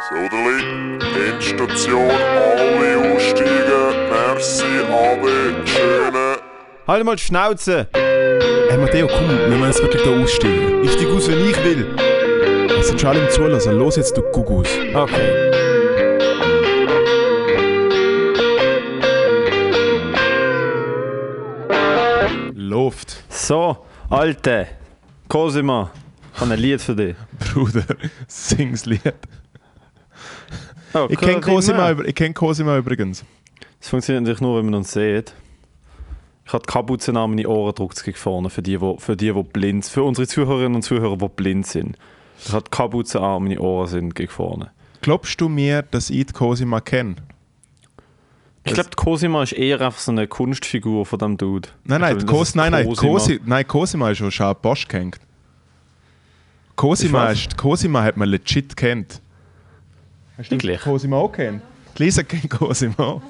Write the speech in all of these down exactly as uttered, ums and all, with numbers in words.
Soderli, Endstation, alle aussteigen, merci, alle, schöne. Halt mal die Schnauze! Hey Matteo, komm, wir müssen jetzt wirklich da aussteigen. Ich steig aus, wenn ich will. Es sind schon alle im Zulassen. Los jetzt, du Gugus. Okay. Luft. So, Alte, Cosima, ich habe ein Lied für dich. Bruder, sing's Lied. Oh, Ich kenne Cosima, ich kenn Cosima übrigens. Das funktioniert natürlich nur, wenn man uns sieht. Ich habe die Kapuze an meine Ohren gedrückt gegen vorne, für die, wo, für die, die blind sind. Für unsere Zuhörerinnen und Zuhörer, die blind sind. Ich habe die Kapuze an meine Ohren sind gegen vorne. Glaubst du mir, dass ich die Cosima kenne? Ich glaube, Cosima ist eher einfach so eine Kunstfigur von diesem Dude. Nein, nein, Ich die glaube, Cos, das nein, nein, Cosima. Cosi, nein, Cosima ist schon schon Bosch gehängt. Cosima, Ich ist, Cosima hat man legit kennt. Hast du Wirklich? Cosima auch kennt? Lisa kennt Cosima.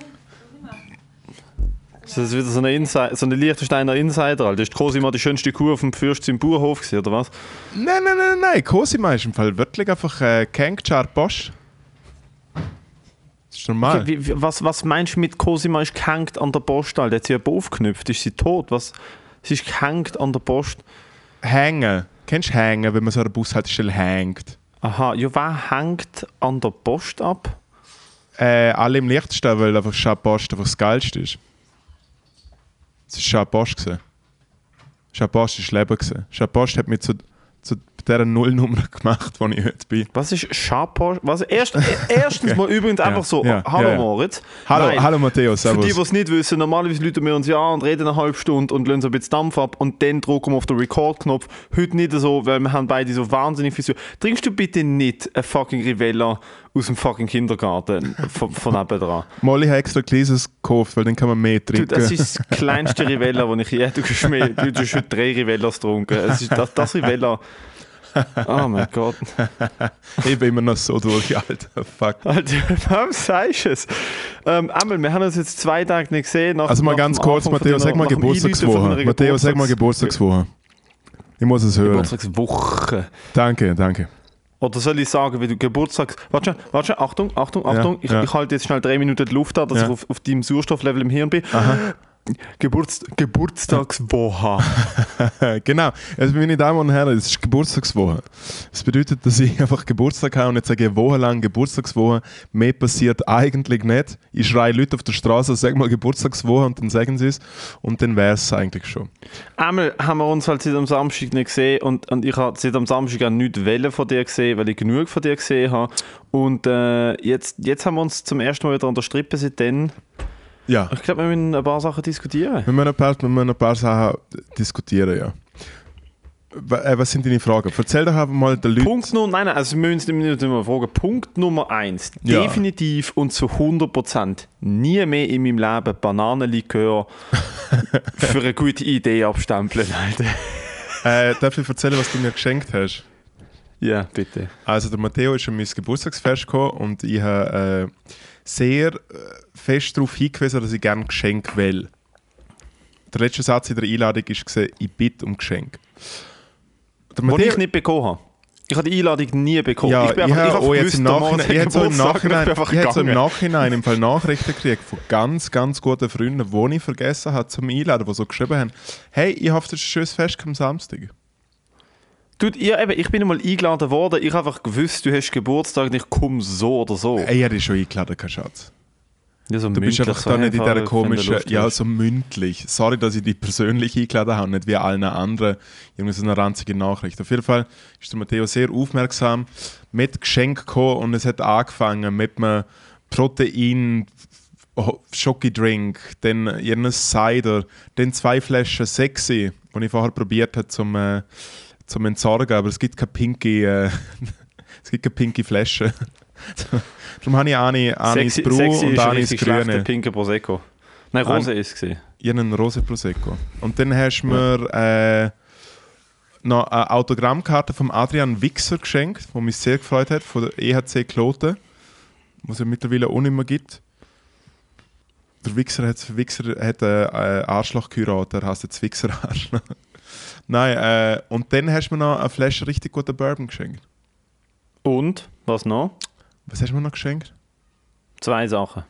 Das ist wieder so eine, Insi- so eine Liechtensteiner Insider. Alter. Ist Cosima die schönste Kuh auf dem Fürst im Bauernhof gewesen, oder was? Nein, nein, nein, nein, Cosima ist im Fall wirklich einfach äh, gehängt, Charles Bosch. Das ist normal. Wie, wie, was, was meinst du mit Cosima ist gehängt an der Post? Alter? Hat sie jemand aufgeknüpft? Ist sie tot? Was? Sie ist gehängt an der Post. Hängen. Kennst du hängen, wenn man so an der Bushaltestelle hängt? Aha, ja, wer hängt an der Post ab? Äh, alle im Lichtstehen, weil einfach Charles Bosch einfach das Geilste ist. Es war Charles Bosch. Charles Bosch war das Leben. Charles Bosch hat mich zu, zu dieser Nullnummer gemacht, wo ich heute bin. Was ist Charles Was? Erst, erstens mal übrigens einfach so, ja, hallo ja, ja. Moritz. Hallo, Weil, hallo Matteo, für servus. die, die es nicht wissen, normalerweise läuten wir uns ja an und reden eine halbe Stunde und lassen so ein bisschen Dampf ab und dann drücken wir auf den Record-Knopf. Heute nicht so, weil wir haben beide so wahnsinnig viel zu. Trinkst du bitte nicht ein fucking Rivella aus dem fucking Kindergarten von, von nebenan? Molly hat extra Gläses gekauft, weil dann kann man mehr Du, trinken. das ist das kleinste Rivella, das ich je... Du hast mehr- du hast heute drei Rivellas getrunken. Es ist das, das Rivella... Oh mein Gott. Ich bin immer noch so durch, Alter. Fuck. Alter, warum sagst du es? Ähm, Emil, wir haben uns jetzt zwei Tage nicht gesehen. Nach, Also mal nach ganz dem kurz, Anfang von Matteo, deiner- sag mal nach dem Einläuten von Geburtstagswoche. deiner Matteo, sag mal Geburtstags- Geburtstagswoche. Ich muss es hören. Geburtstagswoche. Danke, danke. Oder soll ich sagen, wie du Geburtstags... Warte schon, warte schon, Achtung, Achtung, Achtung. Ja, ich, ja. ich halte jetzt schnell drei Minuten die Luft an, dass Ja. ich auf, auf deinem Sauerstofflevel im Hirn bin. Aha. Geburts, Geburtstagswoche. Genau. Also meine Damen und Herren, es ist Geburtstagswoche. Das bedeutet, dass ich einfach Geburtstag habe und jetzt sage ich wochenlang Geburtstagswoche. Mehr passiert eigentlich nicht. Ich schreie Leute auf der Straße, sag mal Geburtstagswoche und dann sagen sie es. Und dann wäre es eigentlich schon. Einmal haben wir uns halt seit am Samstag nicht gesehen und, und ich habe seit am Samstag auch nichts Welle von dir gesehen, weil ich genug von dir gesehen habe. Und äh, jetzt, jetzt haben wir uns zum ersten Mal wieder an der Strippe seitdem. Ja. Ich glaube, wir müssen ein paar Sachen diskutieren. Wir müssen ein paar, wir müssen ein paar Sachen diskutieren, ja. W- äh, Was sind deine Fragen? Erzähl doch einfach mal den Leuten. Punkt Nummer, nein, nein, also wir müssen nicht mehr fragen. Punkt Nummer eins, Ja. definitiv und zu hundert Prozent nie mehr in meinem Leben Bananenlikör für eine gute Idee abstempeln, Alter. Äh, darf ich erzählen, was du mir geschenkt hast? Ja, bitte. Also der Matteo ist an mein Geburtstagsfest gekommen und ich habe äh, sehr äh, fest darauf hingewiesen, dass ich gerne Geschenk will. Der letzte Satz in der Einladung war, ich bitte um Geschenk. Der Was ich nicht bekommen habe. Ich habe die Einladung nie bekommen. Ja, ich ich, bin einfach, ich habe habe auch jetzt im gewusst, der Mann Nachhinein, ich hat habe so im Geburtstag und Nachhinein, ich bin einfach ich habe so im gegangen. Nachhinein im Fall Nachrichten gekriegt von ganz, ganz guten Freunden, die ich vergessen habe zum Einladen, die so geschrieben haben, hey, ich hoffe, das ist ein schönes Fest am Samstag. Dude, ja, eben, ich bin einmal eingeladen worden. Ich habe einfach gewusst, du hast Geburtstag und ich komme so oder so. Ey, ich habe dich schon eingeladen, kein Schatz. Ja, so Du bist einfach so da nicht in einfach, dieser komischen, wenn du ja, Lust so mündlich. Sorry, dass ich dich persönlich eingeladen habe, nicht wie allen anderen. Irgendwie so eine ranzige Nachricht. Auf jeden Fall ist der Matteo sehr aufmerksam mit Geschenk gekommen und es hat angefangen mit einem Protein Schokidrink, dann ihren Cider, dann zwei Flaschen Sexy, die ich vorher probiert habe zum, äh, zum Entsorgen, aber es gibt keine pinke, äh, es gibt keine pinke Flasche. Darum habe ich eine, eine ins Sexy, Brau sexy und ist eine ins richtig schlechter Grüne. pinker Prosecco. Nein, Rose ist es. Ich habe einen Rose Prosecco. Und dann hast du mir äh, noch eine Autogrammkarte von Adrian Wichser geschenkt, die mich sehr gefreut hat, von der E H C Kloten, was es ja mittlerweile auch nicht mehr gibt. Der Wichser hat, Wichser hat einen Arschloch geheiratet, er heißt jetzt Wichser Arschloch. Nein, äh, und dann hast du mir noch eine Flasche richtig guter Bourbon geschenkt. Und? Was noch? Was hast du mir noch geschenkt? Zwei Sachen.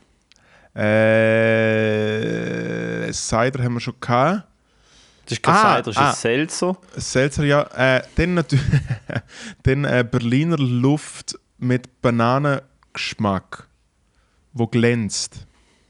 Äh, Cider haben wir schon gehabt. Das ist kein Ah, Cider, das ist ah. ein Seltzer. Seltzer, ja. Äh, dann natürlich dann äh, Berliner Luft mit Bananengeschmack, wo glänzt.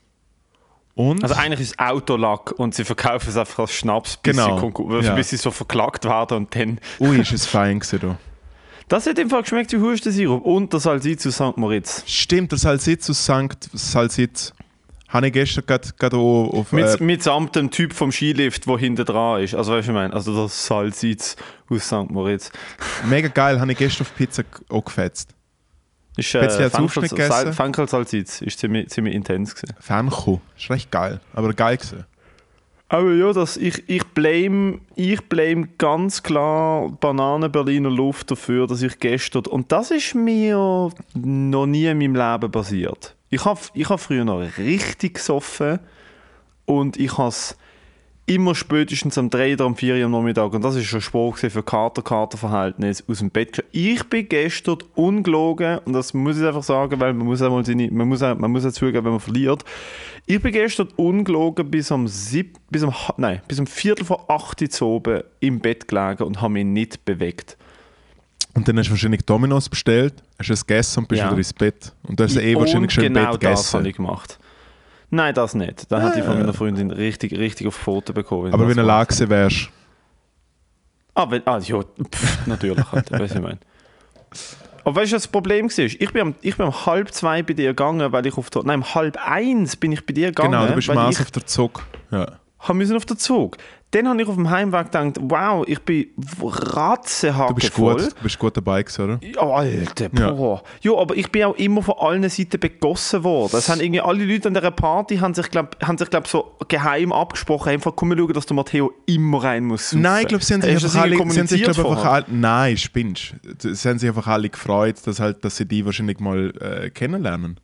Und? Also eigentlich ist es Autolack und sie verkaufen es einfach als Schnaps, bis, Genau, sie, konkur- ja. bis sie so verklagt werden und dann... Ui, ist es fein gewesen, da. Das hat im Fall geschmeckt wie Hustensirup und der Salsitz aus Sankt Moritz. Stimmt, der Salsitz aus Sankt Salsitz. Habe ich gestern gerade auch auf... Mit, Äh, mitsamt dem Typ vom Skilift, der hinten dran ist. Also weißt du, was ich meine? Also der Salsitz aus Sankt Moritz. mega geil, habe ich gestern auf Pizza g- auch gefetzt. Ist, Bisschen als Fenkel- Aufschnitt gegessen? Sal- Fenkel-Salsitz. Ist ziemlich, ziemlich intens gewesen. Fenchel. Ist recht geil, aber geil gewesen. Aber ja, das, ich, ich, blame, ich blame ganz klar Bananen-Berliner Luft dafür, dass ich gestern... Und das ist mir noch nie in meinem Leben passiert. Ich habe ich hab früher noch richtig gesoffen und ich habe es immer spätestens am drei oder am vier Uhr am Nachmittag, und das ist schon Spruch für Kater-Kater-Verhältnis, aus dem Bett geschaut. Ich bin gestern ungelogen, und das muss ich einfach sagen, weil man muss auch mal seine, man muss auch, man muss auch zugeben, wenn man verliert. Ich bin gestern ungelogen bis am sieb, bis am, nein, bis am Viertel vor acht Uhr oben im Bett gelegen und habe mich nicht bewegt. Und dann hast du wahrscheinlich Domino's bestellt, hast es gegessen und bist Ja. wieder ins Bett. Und du hast eh wahrscheinlich Und schon im genau Bett das habe gegessen. ich gemacht. Nein, das nicht. Da hatte ich von meiner Freundin richtig, richtig auf die Pfoten bekommen. Aber das wenn du gemacht lag gewesen wärst, Ah, wenn, ah ja, pff, natürlich. Halt, weißt du, was ich meine. Aber weißt du, was das Problem war? Ich bin, um, ich bin um halb zwei bei dir gegangen, weil ich auf der... Nein, um halb eins bin ich bei dir gegangen. genau, du bist weil Maß ich auf der Zug. Ja. habe müssen auf den Zug. Dann habe ich auf dem Heimweg gedacht, wow, ich bin ratzehacke Du bist voll. gut, du bist gut dabei gewesen, oder? Ja, Alter, boah. Ja. ja, aber ich bin auch immer von allen Seiten begossen worden. Es haben irgendwie alle Leute an dieser Party haben sich, glaube glaub, so geheim abgesprochen, einfach komm, wir schauen, dass der Matteo immer rein muss. saufen. Nein, ich glaube, sie haben sich Hast du das einfach alle, irgendwie sie haben sich, kommuniziert glaub, einfach vorher? alle... Nein, spinnst. Sie haben sich einfach alle gefreut, dass, halt, dass sie die wahrscheinlich mal äh, kennenlernen.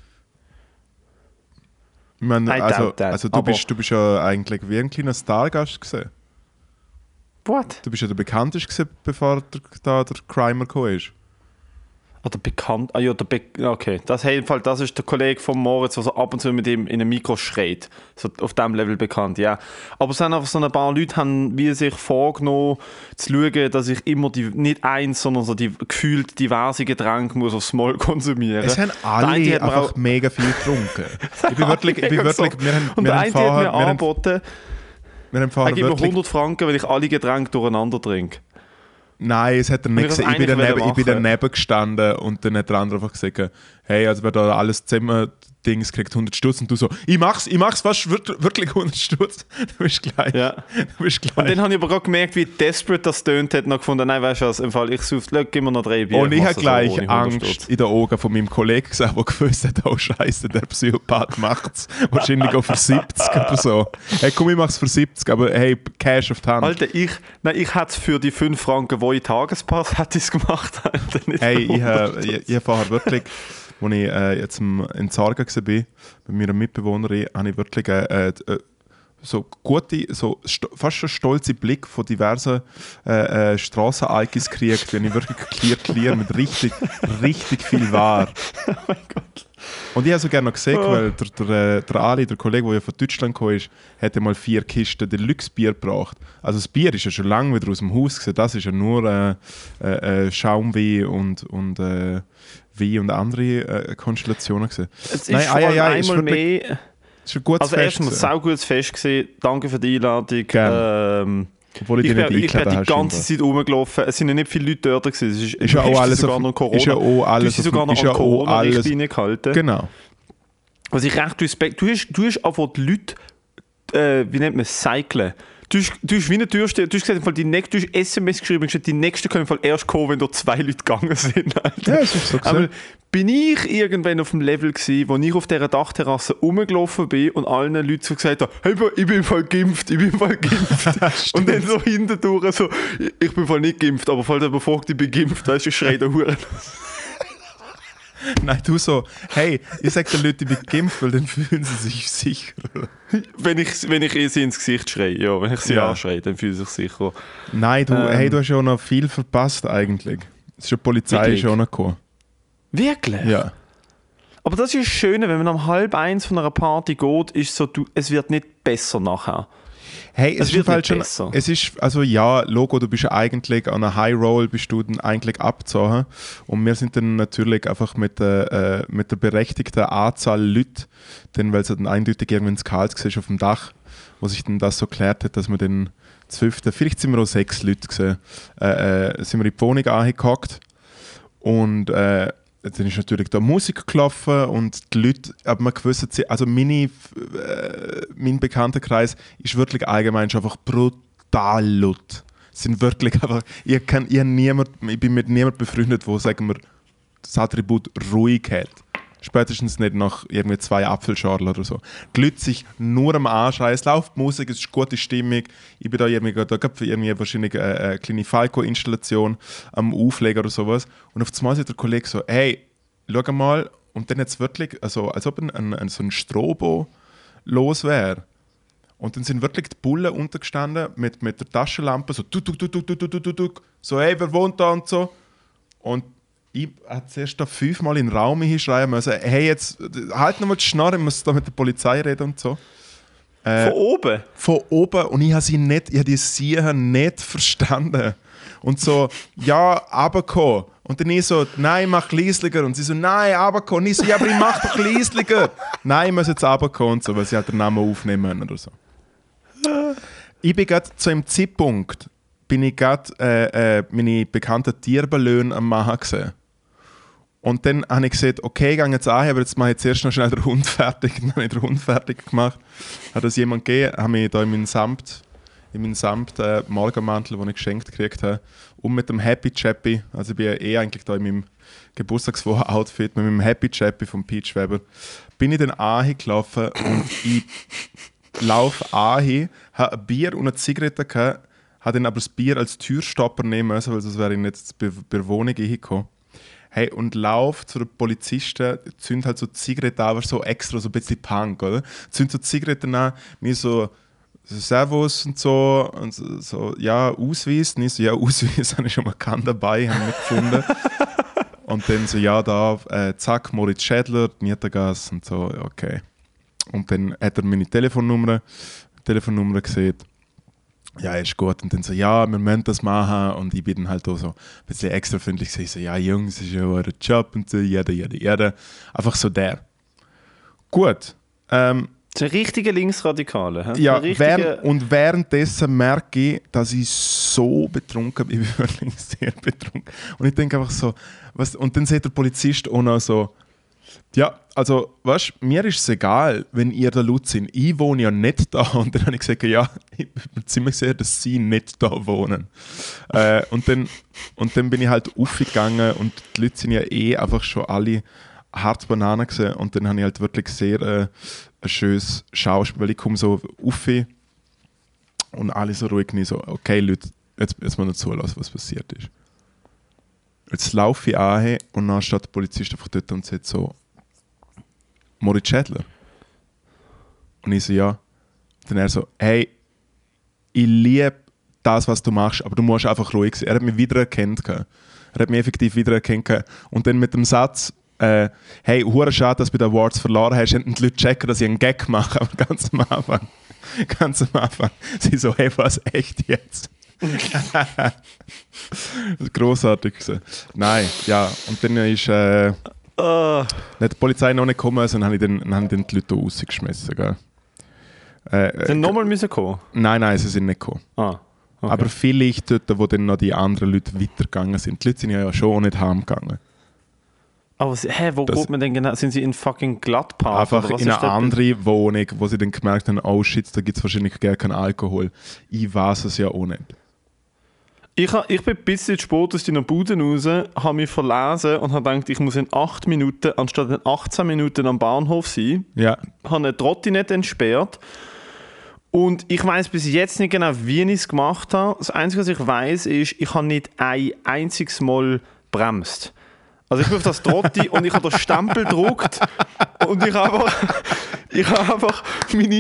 Ich meine, I also, doubt that, also du, aber- bist, du bist ja eigentlich wie ein kleiner Stargast gewesen. What? Du bist ja der bekannteste gewesen, bevor der, da der Crimer gekommen ist. Ah, der Bekannt... Ah ja, der Be okay. Das, hey, im Fall, das ist der Kollege von Moritz, der so ab und zu mit ihm in einem Mikro schreit. So auf diesem Level bekannt, ja. Aber es sind einfach so ein paar Leute, haben wie sich vorgenommen, zu schauen, dass ich immer die, nicht eins, sondern so die gefühlt diverse Getränke muss aufs Mal konsumieren. Es haben Der eine alle hat mir einfach auch- mega viel getrunken. Ich bin wirklich... Ich bin wirklich wir haben, Und wir der haben eine hat vorher, mir wir haben, angeboten, wir haben er vorher gibt mir wirklich... hundert Franken, wenn ich alle Getränke durcheinander trinke. Nein, es hat er Und nicht ich das gesehen. Ich bin, eigentlich daneben, ich bin machen. daneben gestanden und dann hat der andere einfach gesagt, hey, also wer da alles zusammen Dings kriegt hundert Stutz und du so, ich mach's, ich mach's fast wir- wirklich hundert Stutz. Du bist gleich. Ja. Du bist gleich. Und dann habe ich aber gerade gemerkt, wie desperate das tönt hat, noch gefunden, nein, weißt du was, im Fall, ich suche, schau, gib mir noch drei Bier. und ich mach's habe so gleich ohne hundert Angst Stutz. in den Augen von meinem Kollegen gesehen, der gewusst hat, oh Scheiße, der Psychopath macht's. Wahrscheinlich auch für siebzig oder so. Hey, komm, ich mach's für siebzig, aber hey, Cash auf die Hand. Alter, ich, nein, ich hätte es für die fünf Franken, wo ich Tagespass hätte ich's gemacht. Alter, nicht Hey, für ich habe hundert. ich, ich hab vorher wirklich, als ich äh, jetzt im Entsorgen war, bei meiner Mitbewohnerin, habe ich wirklich äh, äh, so gute, so sto- fast schon stolze Blick von diversen äh, äh, Strassen-Alkis gekriegt, wenn ich wirklich clear, clear mit richtig, richtig viel war. Oh mein Gott. Und ich habe so gerne noch gesehen, Oh. weil der, der, der Ali, der Kollege, der ja von Deutschland gekommen ist, hätte mal vier Kisten Deluxe-Bier gebracht. Also das Bier ist ja schon lange wieder aus dem Haus gewesen. Das ist ja nur äh, äh, äh, Schaumwein und, und äh, Wein und andere äh, Konstellationen gewesen. Es ist Nein, vor ei, allem ei, ei, ist einmal wirklich- mehr... Es ist ein gutes Also Fest erstmal ein gewesen. saugutes Fest gewesen. Danke für die Einladung. Gerne. Ähm, Obwohl ich ich dich nicht bin, ich bin eingeladen die habe. ganze scheinbar. Zeit rumgelaufen. Es sind ja nicht viele Leute dort gewesen. Es ist, Ist ja du auch hast alles sogar auf- noch Corona. ist ja auch du alles hast sie auf- sogar noch ist an ja auch Corona-Richtlinien gehalten. Genau. Was ich recht respekt... Du hast, du hast einfach die Leute... Äh, wie nennt man es? Cyclen. Du hast, du hast wie eine Türsteher... Du hast gesagt, im Fall die nächste, du hast S M S geschrieben und gesagt, die nächsten können im Fall erst kommen, wenn da zwei Leute gegangen sind. Alter. Ja, es ist so Aber gesehen. bin ich irgendwann auf dem Level gewesen, wo ich auf dieser Dachterrasse rumgelaufen bin und allen Leuten so gesagt habe, hey, ich bin im Fall geimpft, ich bin im Fall geimpft. Und dann so hintendurch so, ich bin im Fall nicht geimpft, aber falls jemand fragt, ich bin geimpft, weißt du, ich schreie da Huren. Nein, du so, hey, ich sage den Leuten, ich bin geimpft, weil dann fühlen sie sich sicher. Wenn ich, wenn ich sie ins Gesicht schreie, ja, wenn ich sie Ja. anschreie, dann fühlen sie sich sicher. Nein, du, Ähm. hey, du hast ja auch noch viel verpasst eigentlich. Es ist ja die Polizei Wirklich? schon noch gekommen. Wirklich? Ja. Aber das ist das Schöne, wenn man um halb eins von einer Party geht, ist so, du, es wird nicht besser nachher. Hey, es, Es ist wird halt nicht schon, besser. es ist, also ja, Logo, du bist ja eigentlich an einer High Roll, bist du dann eigentlich abgezogen. Und wir sind dann natürlich einfach mit der, äh, mit der berechtigten Anzahl Leute, denn weil es dann eindeutig irgendwie ins Kals war auf dem Dach, wo sich dann das so geklärt hat, dass wir dann zwölften, vielleicht sind wir auch sechs Leute gesehen, äh, äh, sind wir in die Wohnung angehockt und äh, dann ist natürlich da Musik gelaufen und die Leute, aber man gewusst, also meine, äh, mein Bekanntenkreis ist wirklich allgemein schon einfach brutal laut. Es sind wirklich einfach, ich, kann, ich, niemand, ich bin mit niemandem befreundet, wo, sagen wir, das Attribut ruhig hält. Spätestens nicht nach irgendwie zwei Apfelschorlen oder so. Die Leute sich nur am Anschreien, es läuft Musik, es ist gute Stimmung. Ich bin da irgendwie, da gab es irgendwie wahrscheinlich eine, eine kleine Falco-Installation am Auflegen oder sowas. Und auf einmal sagt der Kollege so, hey, schau mal, und dann jetzt wirklich, also, als ob ein, ein, ein, so ein Strobo los wäre. Und dann sind wirklich die Bullen untergestanden mit, mit der Taschenlampe, so tuk, tuk, tuk, tuk, tuk, tuk, tuk, tuk, so hey, wer wohnt da und so. Und ich habe zuerst da fünfmal in den Raum hinschreien müssen, hey, jetzt halt nochmal die Schnarre, ich muss da mit der Polizei reden und so. Äh, Von oben? Von oben, und ich habe sie nicht, ich habe die Siehe nicht verstanden. Und so, ja, runterkommen. Und dann ich so, nein, mach leislicher. Und sie so, nein, runterkommen. Und ich so, ja, aber ich mach doch leislicher. Nein, ich muss jetzt runterkommen und so, weil sie halt den Namen aufnehmen oder so. Ich bin gerade zu einem Zeitpunkt, bin ich gerade äh, äh, meine bekannten Tierballone am machen gesehen. Und dann habe ich gesagt, okay, ich gehe jetzt an, aber jetzt mache ich zuerst noch schnell den Hund fertig. Dann habe ich den Hund fertig gemacht. Hat das jemand gegeben, habe mich da in meinen Samt, in meinen Samt äh, Morgenmantel, den ich geschenkt gekriegt habe, und mit dem Happy Chappy, also ich bin ja eh eigentlich da in meinem Geburtstagswochen-Outfit, mit meinem Happy Chappy von Peach Weber, bin ich dann angelaufen und ich laufe an, habe ein Bier und eine Zigarette gehabt, habe dann aber das Bier als Türstopper nehmen müssen, weil sonst wäre ich nicht bei der Wohnung hingekommen. Hey, und lauf zu den Polizisten, zünd halt so Zigaretten an, aber so extra, so ein bisschen Punk, oder? Zünd so Zigaretten an, mir so, so Servus und so, und so, so ja, Ausweis, nicht so, ja, Ausweis habe ich schon mal keinen dabei, habe ich nicht gefunden. Und dann so, ja, da, äh, zack, Moritz Schädler, Nietergas und so, okay. Und dann hat er meine Telefonnummer, Telefonnummer gesehen. Ja, ist gut. Und dann so, ja, wir müssen das machen. Und ich bin dann halt auch so ein bisschen extra freundlich gesagt, so, ja, Jungs, das ist ja euer Job und so, jeder, jeder, jeder. Einfach so der. Gut. Ähm, Das ist ein richtiger Linksradikaler. He? ja, Ein richtiger- während, und währenddessen merke ich, dass ich so betrunken bin. Ich bin wirklich sehr betrunken. Und ich denke einfach so, was, und dann sagt der Polizist auch noch so, ja, also, weißt du, mir ist es egal, wenn ihr da laut seid. Ich wohne ja nicht da. Und dann habe ich gesagt, ja, ich bin ziemlich sicher, dass sie nicht da wohnen. äh, und, dann, und dann bin ich halt aufgegangen und die Leute sind ja eh einfach schon alle hart Bananen gewesen. Und dann habe ich halt wirklich sehr äh, ein schönes Schauspiel, weil ich komme so auf und alle so ruhig nicht so, okay Leute, jetzt, jetzt mal noch zulassen, was passiert ist. Jetzt laufe ich an und dann steht der Polizist einfach dort und sagt so, Moritz Schädler? Und ich so, ja. Und dann er so, hey, ich liebe das, was du machst, aber du musst einfach ruhig sein. Er hat mich wiedererkannt. Er hat mich effektiv wiedererkannt. Und dann mit dem Satz, äh, hey, hure schade, dass du bei den Awards verloren hast, und die Leute checken, dass ich einen Gag mache, aber ganz am Anfang, ganz am Anfang, sie so, hey, was, echt jetzt? Das ist grossartig gewesen. Nein, ja, und dann ist äh, Ah. nicht die Polizei noch nicht gekommen, sondern habe ich dann, dann, dann die Leute rausgeschmissen. Gell? Äh, Sie sind nochmal müssen kommen? nein, nein, sie sind nicht gekommen. Ah, okay. Aber vielleicht dort, wo dann noch die anderen Leute weitergegangen sind. Die Leute sind ja schon nicht heimgegangen. Aber sie- hä, wo Das- geht man denn genau? Sind sie in fucking Gladpark? Einfach oder was in ist eine dort? andere Wohnung, wo sie dann gemerkt haben, oh shit, da gibt es wahrscheinlich gar keinen Alkohol. Ich weiß es ja auch nicht. Ich, ha- ich bin ein bisschen zu spät aus deiner Bude raus, habe mich verlesen und habe gedacht, ich muss in acht Minuten, anstatt in achtzehn Minuten am Bahnhof sein. Ja, Habe eine Trottinette entsperrt. Und ich weiß bis jetzt nicht genau, wie ich es gemacht habe. Das Einzige, was ich weiß, ist, ich habe nicht ein einziges Mal bremst. Also ich bin auf das Trotti und ich habe den Stempel gedruckt und ich habe einfach, ich habe einfach meine,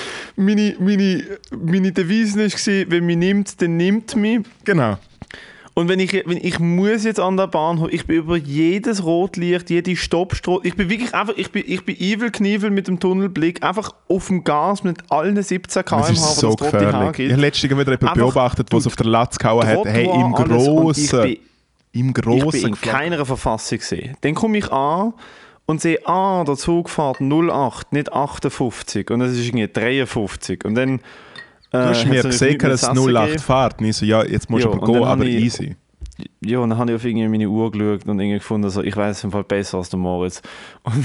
meine, meine, meine Devise war, wenn mich nimmt, dann nimmt mich. genau. Und wenn ich, wenn ich muss jetzt an der Bahnhof, ich bin über jedes Rotlicht, jede Stoppstraße, ich bin wirklich einfach, ich bin, ich bin Evil Knievel mit dem Tunnelblick, einfach auf dem Gas mit allen siebzehn Kilometer pro Stunde, Das ist so gefährlich. Ich habe letztens wieder jemanden beobachtet, der es auf der Latz gehauen hat. Hey, im Grossen. Im Grossen. Ich bin in keiner Verfassung gesehen. Dann komme ich an und sehe, ah, der Zug fährt null acht, nicht achtundfünfzig. Und es ist irgendwie dreiundfünfzig. Und dann... Du hast mir gesehen, dass es null acht fährt. Und ich so, ja, jetzt musst du aber gehen, aber ich, easy. Ja, und dann habe ich auf irgendwie meine Uhr geschaut und irgendwie gefunden, also, ich weiß im Fall besser als der Moritz. Und,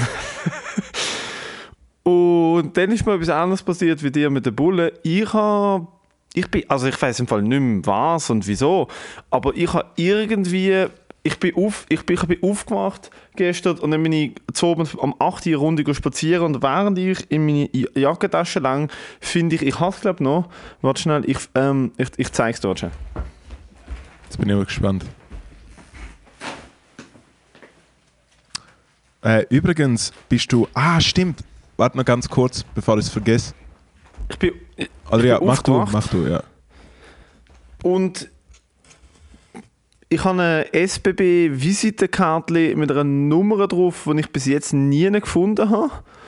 und dann ist mir etwas anderes passiert wie dir mit den Bullen. Ich habe... Ich bin, also ich weiß im Fall nicht mehr was und wieso, aber ich habe irgendwie... Ich bin, auf, ich, bin, ich bin aufgewacht gestern und dann bin ich zu oben am acht Uhr Runde spazieren und während ich in meine Jackentasche lang finde ich, ich habe es glaube noch, warte schnell, ich, ähm, ich, ich zeige es dir schon. Jetzt bin ich aber gespannt. Äh, übrigens bist du, ah stimmt, warte noch ganz kurz, bevor ich es vergesse. Ich bin, ich, also, ja, bin mach du, mach du, ja. Und ich habe eine S B B-Visitenkarte mit einer Nummer drauf, die ich bis jetzt nie gefunden habe.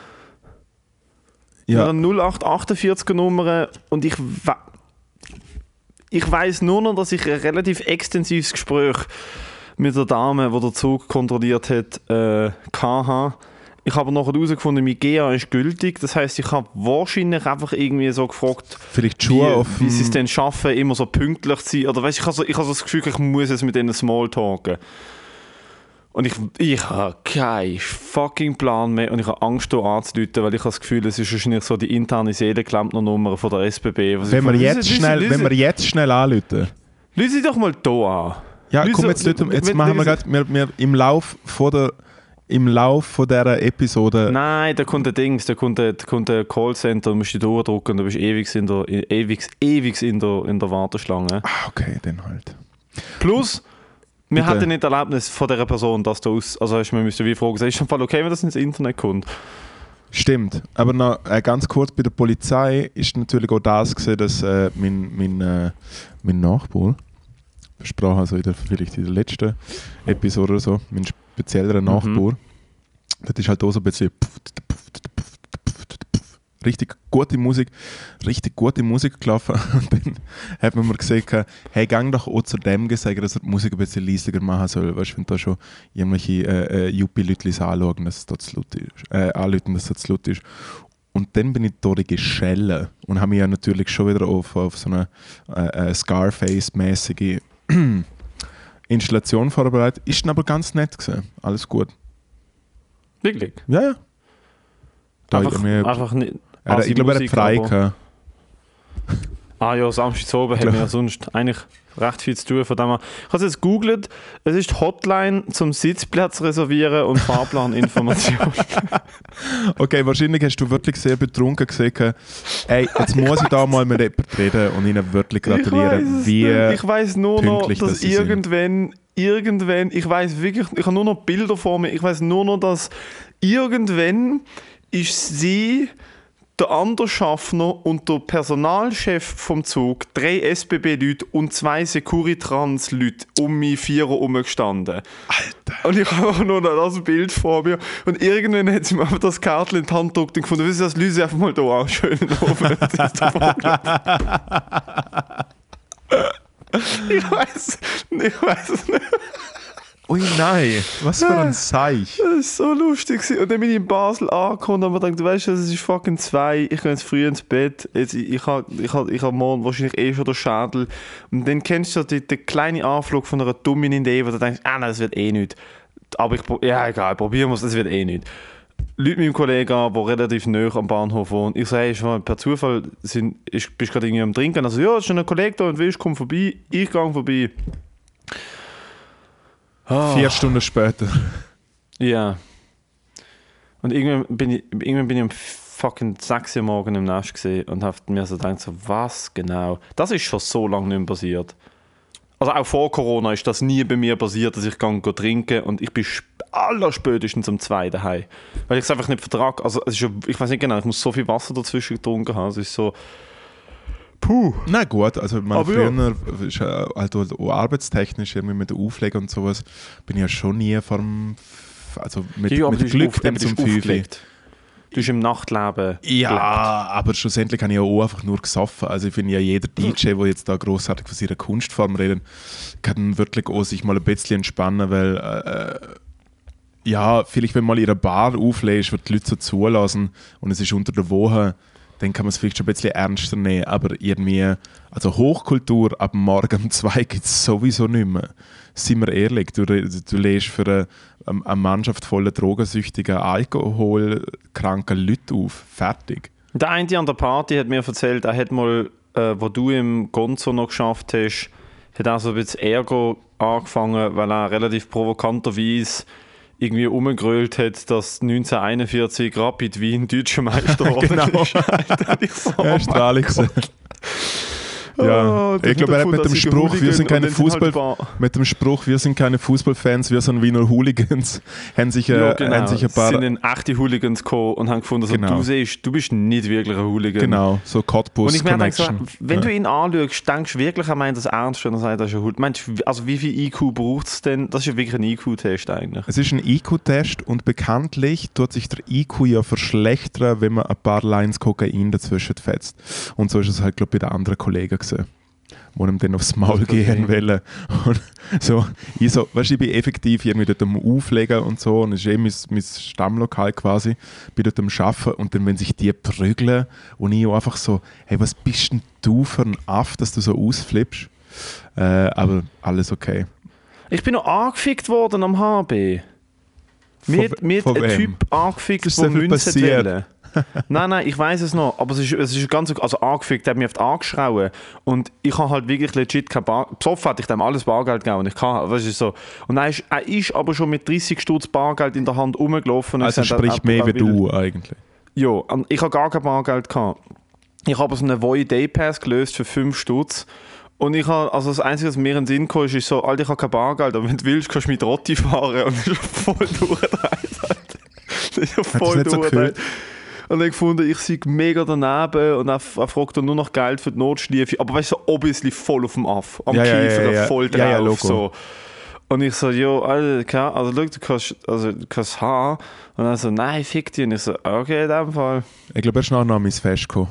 Ja. Mit einer null acht achtundvierzig Nummer. Und ich, we- ich weiss nur noch, dass ich ein relativ extensives Gespräch mit der Dame, die den Zug kontrolliert hat, äh, hatte. Ich habe nachher herausgefunden, mein G A ist gültig. Das heisst, ich habe wahrscheinlich einfach irgendwie so gefragt, vielleicht Schuhe wie, auf wie sie es denn schaffen, immer so pünktlich zu sein. Oder weißt, ich habe so, ich habe so das Gefühl, ich muss jetzt mit denen Smalltalken. Und ich, ich habe keinen fucking Plan mehr und ich habe Angst, hier anzurufen, weil ich habe das Gefühl, es ist wahrscheinlich so die interne Seelenklempner-Nummer von der S B B. Was wenn, wir von, jetzt lüse, schnell, lüse, wenn wir jetzt schnell anrufen. Löse doch mal hier an. Ja, Lüse, komm, jetzt, jetzt, jetzt wenn, machen wir wenn, gerade, wir, wir im Lauf von der Im Lauf von dieser Episode. Nein, da kommt ein Dings, da kommt ein, da kommt ein Callcenter, du musst dich durchdrücken und du bist ewig in der, ewig, ewig in der, in der Warteschlange. Ah, okay, dann halt. Plus, wir Bitte. hatten nicht Erlaubnis von dieser Person, dass du aus, also wir müssten wie fragen, ist es im Fall okay, wenn das ins Internet kommt? Stimmt, aber noch äh, ganz kurz, bei der Polizei ist natürlich auch das gesehen, dass äh, mein, mein, äh, mein Nachbar, versprochen also in der, vielleicht in der letzten Episode oder so, mein spezieller Nachbar, mhm. das ist halt auch so ein bisschen richtig gute Musik, richtig gute Musik gelaufen und dann hat man mir gesagt, hey, gang doch auch zu dem gesagt, dass er die Musik ein bisschen leisiger machen soll, weißt du, wenn da schon irgendwelche äh, äh, Juppie-Leute anschauen, dass es da zu laut ist, äh, anrufen, dass es zu laut ist. Und dann bin ich da geschellen und habe mich ja natürlich schon wieder auf, auf so eine äh, äh, Scarface-mäßige Installation vorbereitet. Ist dann aber ganz nett gewesen. Alles gut. Wirklich? Ja, ja. Da einfach, ich, mir, einfach nicht. Er, ich glaube, er hat frei gehabt. Ah ja, Samstag zu oben haben wir ja sonst eigentlich recht viel zu tun. Von dem her. Ich habe es jetzt gegoogelt. Es ist die Hotline zum Sitzplatz reservieren und Fahrplaninformation. Okay, wahrscheinlich hast du wirklich sehr betrunken gesagt, ey, jetzt muss ich da mal mit jemandem reden und ihnen wirklich gratulieren, ich wie nicht. Ich weiss nur noch, dass, dass irgendwann, irgendwann, ich weiß wirklich, ich habe nur noch Bilder vor mir, ich weiß nur noch, dass irgendwann ist sie, der andere Schaffner und der Personalchef vom Zug, drei S B B-Leute und zwei Securitrans-Leute um mich vier herumgestanden. Alter. Und ich habe auch nur noch das Bild vor mir. Und irgendwann hat sie mir einfach das Kärtchen in die Hand gedrückt und gefunden, das löse einfach mal da an. Schön oben. Ich weiß, ich weiß es nicht. Ui nein, was für ein Seich. Das war so lustig. Und dann bin ich in Basel angekommen und habe mir gedacht, du weißt, es ist fucking zwei, ich gehe jetzt früh ins Bett, jetzt, ich, ich habe ich hab, ich hab morgen wahrscheinlich eh schon den Schädel. Und dann kennst du den, den kleinen Anflug von einer dummen Idee, wo du denkst, ah nein, das wird eh nicht. Aber ich, ja egal, probieren wir es, das wird eh nicht. Leute mit meinem Kollegen an, der relativ nahe am Bahnhof wohnt. Ich sage, hey, per Zufall sind, ich, bist gerade irgendwie am Trinken. Also ja, es ist schon ein Kollege da und willst, komm vorbei. Ich gehe vorbei. Oh. Vier Stunden später. Ja. Und irgendwann bin ich, irgendwann bin ich um fucking sechs Uhr morgens im Nest gesehen und habe mir so gedacht, so, was genau? Das ist schon so lange nicht mehr passiert. Also auch vor Corona ist das nie bei mir passiert, dass ich gehe trinken und ich bin allerspätestens um zwei daheim. Weil ich es einfach nicht vertrage. Also es ist ja, ich weiß nicht genau, ich muss so viel Wasser dazwischen getrunken haben. Es ist so... Puh. Na gut, also man Aber früher ist ja, halt auch arbeitstechnisch irgendwie mit der Auflege und sowas, bin ich ja schon nie vom, also mit, Ja, mit du bist Glück auf- dem eben, du zum bist Fünfe. aufgelegt. Du bist im Nachtleben. Ja, gelebt. aber schlussendlich habe ich ja auch einfach nur gesoffen. Also ich finde ja, jeder D J, der jetzt da grossartig von seiner Kunstform redet, kann wirklich auch sich mal ein bisschen entspannen, weil äh, ja, vielleicht wenn mal in einer Bar auflegst, wird die Leute so zulassen und es ist unter der Woche, dann kann man es vielleicht schon ein bisschen ernster nehmen, aber irgendwie, also Hochkultur ab morgen um zwei gibt es sowieso nicht mehr. Seien wir ehrlich, du, du lässt für eine, eine Mannschaft voller drogensüchtiger, alkoholkranker Leute auf. Fertig. Der eine an der Party hat mir erzählt, er hat mal, äh, wo du im Gonzo noch geschafft hast, hat auch so ein bisschen Ärger angefangen, weil er relativ provokanterweise irgendwie umgegrölt hat, dass neunzehnhunderteinundvierzig Rapid Wien deutscher Meister geworden Genau. ist. Alter, ich so, Ja, oh strahlig. mein Gott. Ja, Oh, ich glaube, er hat mit dem Spruch, wir sind keine Fußball, Fußball. mit dem Spruch, wir sind keine Fußballfans, wir sind Wiener Hooligans, haben sich, äh, Ja, genau. haben sich ein paar, sind in echte Hooligans gekommen und haben gefunden, also, Genau. du siehst, du bist nicht wirklich ein Hooligan. genau, so Und Cottbus ich merke so, Connection. wenn ja. du ihn anschaust, denkst du wirklich, er meint das ernst, wenn er sagt, das ist ein Hooligan. Meinst du, also wie viel I Q braucht es denn? Das ist ja wirklich ein I Q-Test eigentlich. Es ist ein I Q-Test und bekanntlich tut sich der I Q ja verschlechtern, wenn man ein paar Lines Kokain dazwischen fetzt. Und so ist es halt, glaube ich, bei den anderen Kollegen gesehen, wo ihm dann aufs Maul gehen wollen. Und so, ich so, weißt du, ich bin effektiv irgendwie dort am Auflegen und so, und es ist eh mein, mein Stammlokal quasi, bin dort am Arbeiten und dann, wenn sich die prügeln und ich auch einfach so, hey, was bist denn du für ein Aff, dass du so ausflippst? Äh, aber alles okay. Ich bin noch angefickt worden am H B. Mir Von- hat, mir hat von ein wem? Typ angefickt, Das ist der so viel Münzen passiert. wollte. Nein, nein, ich weiß es noch, aber es ist, es ist ganz, also angefickt, der hat mich oft angeschrauen und ich habe halt wirklich legit kein Bar, besoffen hatte ich dem alles Bargeld gegeben und ich kann, was ist so. Und er ist, er ist aber schon mit dreißig Stutz Bargeld in der Hand rumgelaufen. Und Also gesagt, sprich er- mehr er wie will- du eigentlich. Ja, und ich habe gar kein Bargeld gehabt. Ich habe so einen Voi Day Pass gelöst für fünf Stutz. Und ich habe, also das Einzige, was mir in den Sinn kam, ist, ist so, Alter, ich habe kein Bargeld, aber wenn du willst, kannst du mit Rotti fahren. Und ich bin voll durchgedreht, Alter. Ich bin das voll nicht so durchgedreht. Und dann gefunden, ich sei mega daneben und er, er fragt dann nur noch Geld für die Notschleife. Aber weißt du, so obviously voll auf dem Aff. Am Ja, ja, Kiefer, ja, ja. voll drauf. Ja, ja, Logo. so. Und ich so, jo, Alter, klar, also schau, du kannst, also, du kannst haben. Und er so, nein, fick dich. Und ich so, okay, in dem Fall. Ich glaube, er ist nachher noch an mein Fest gekommen.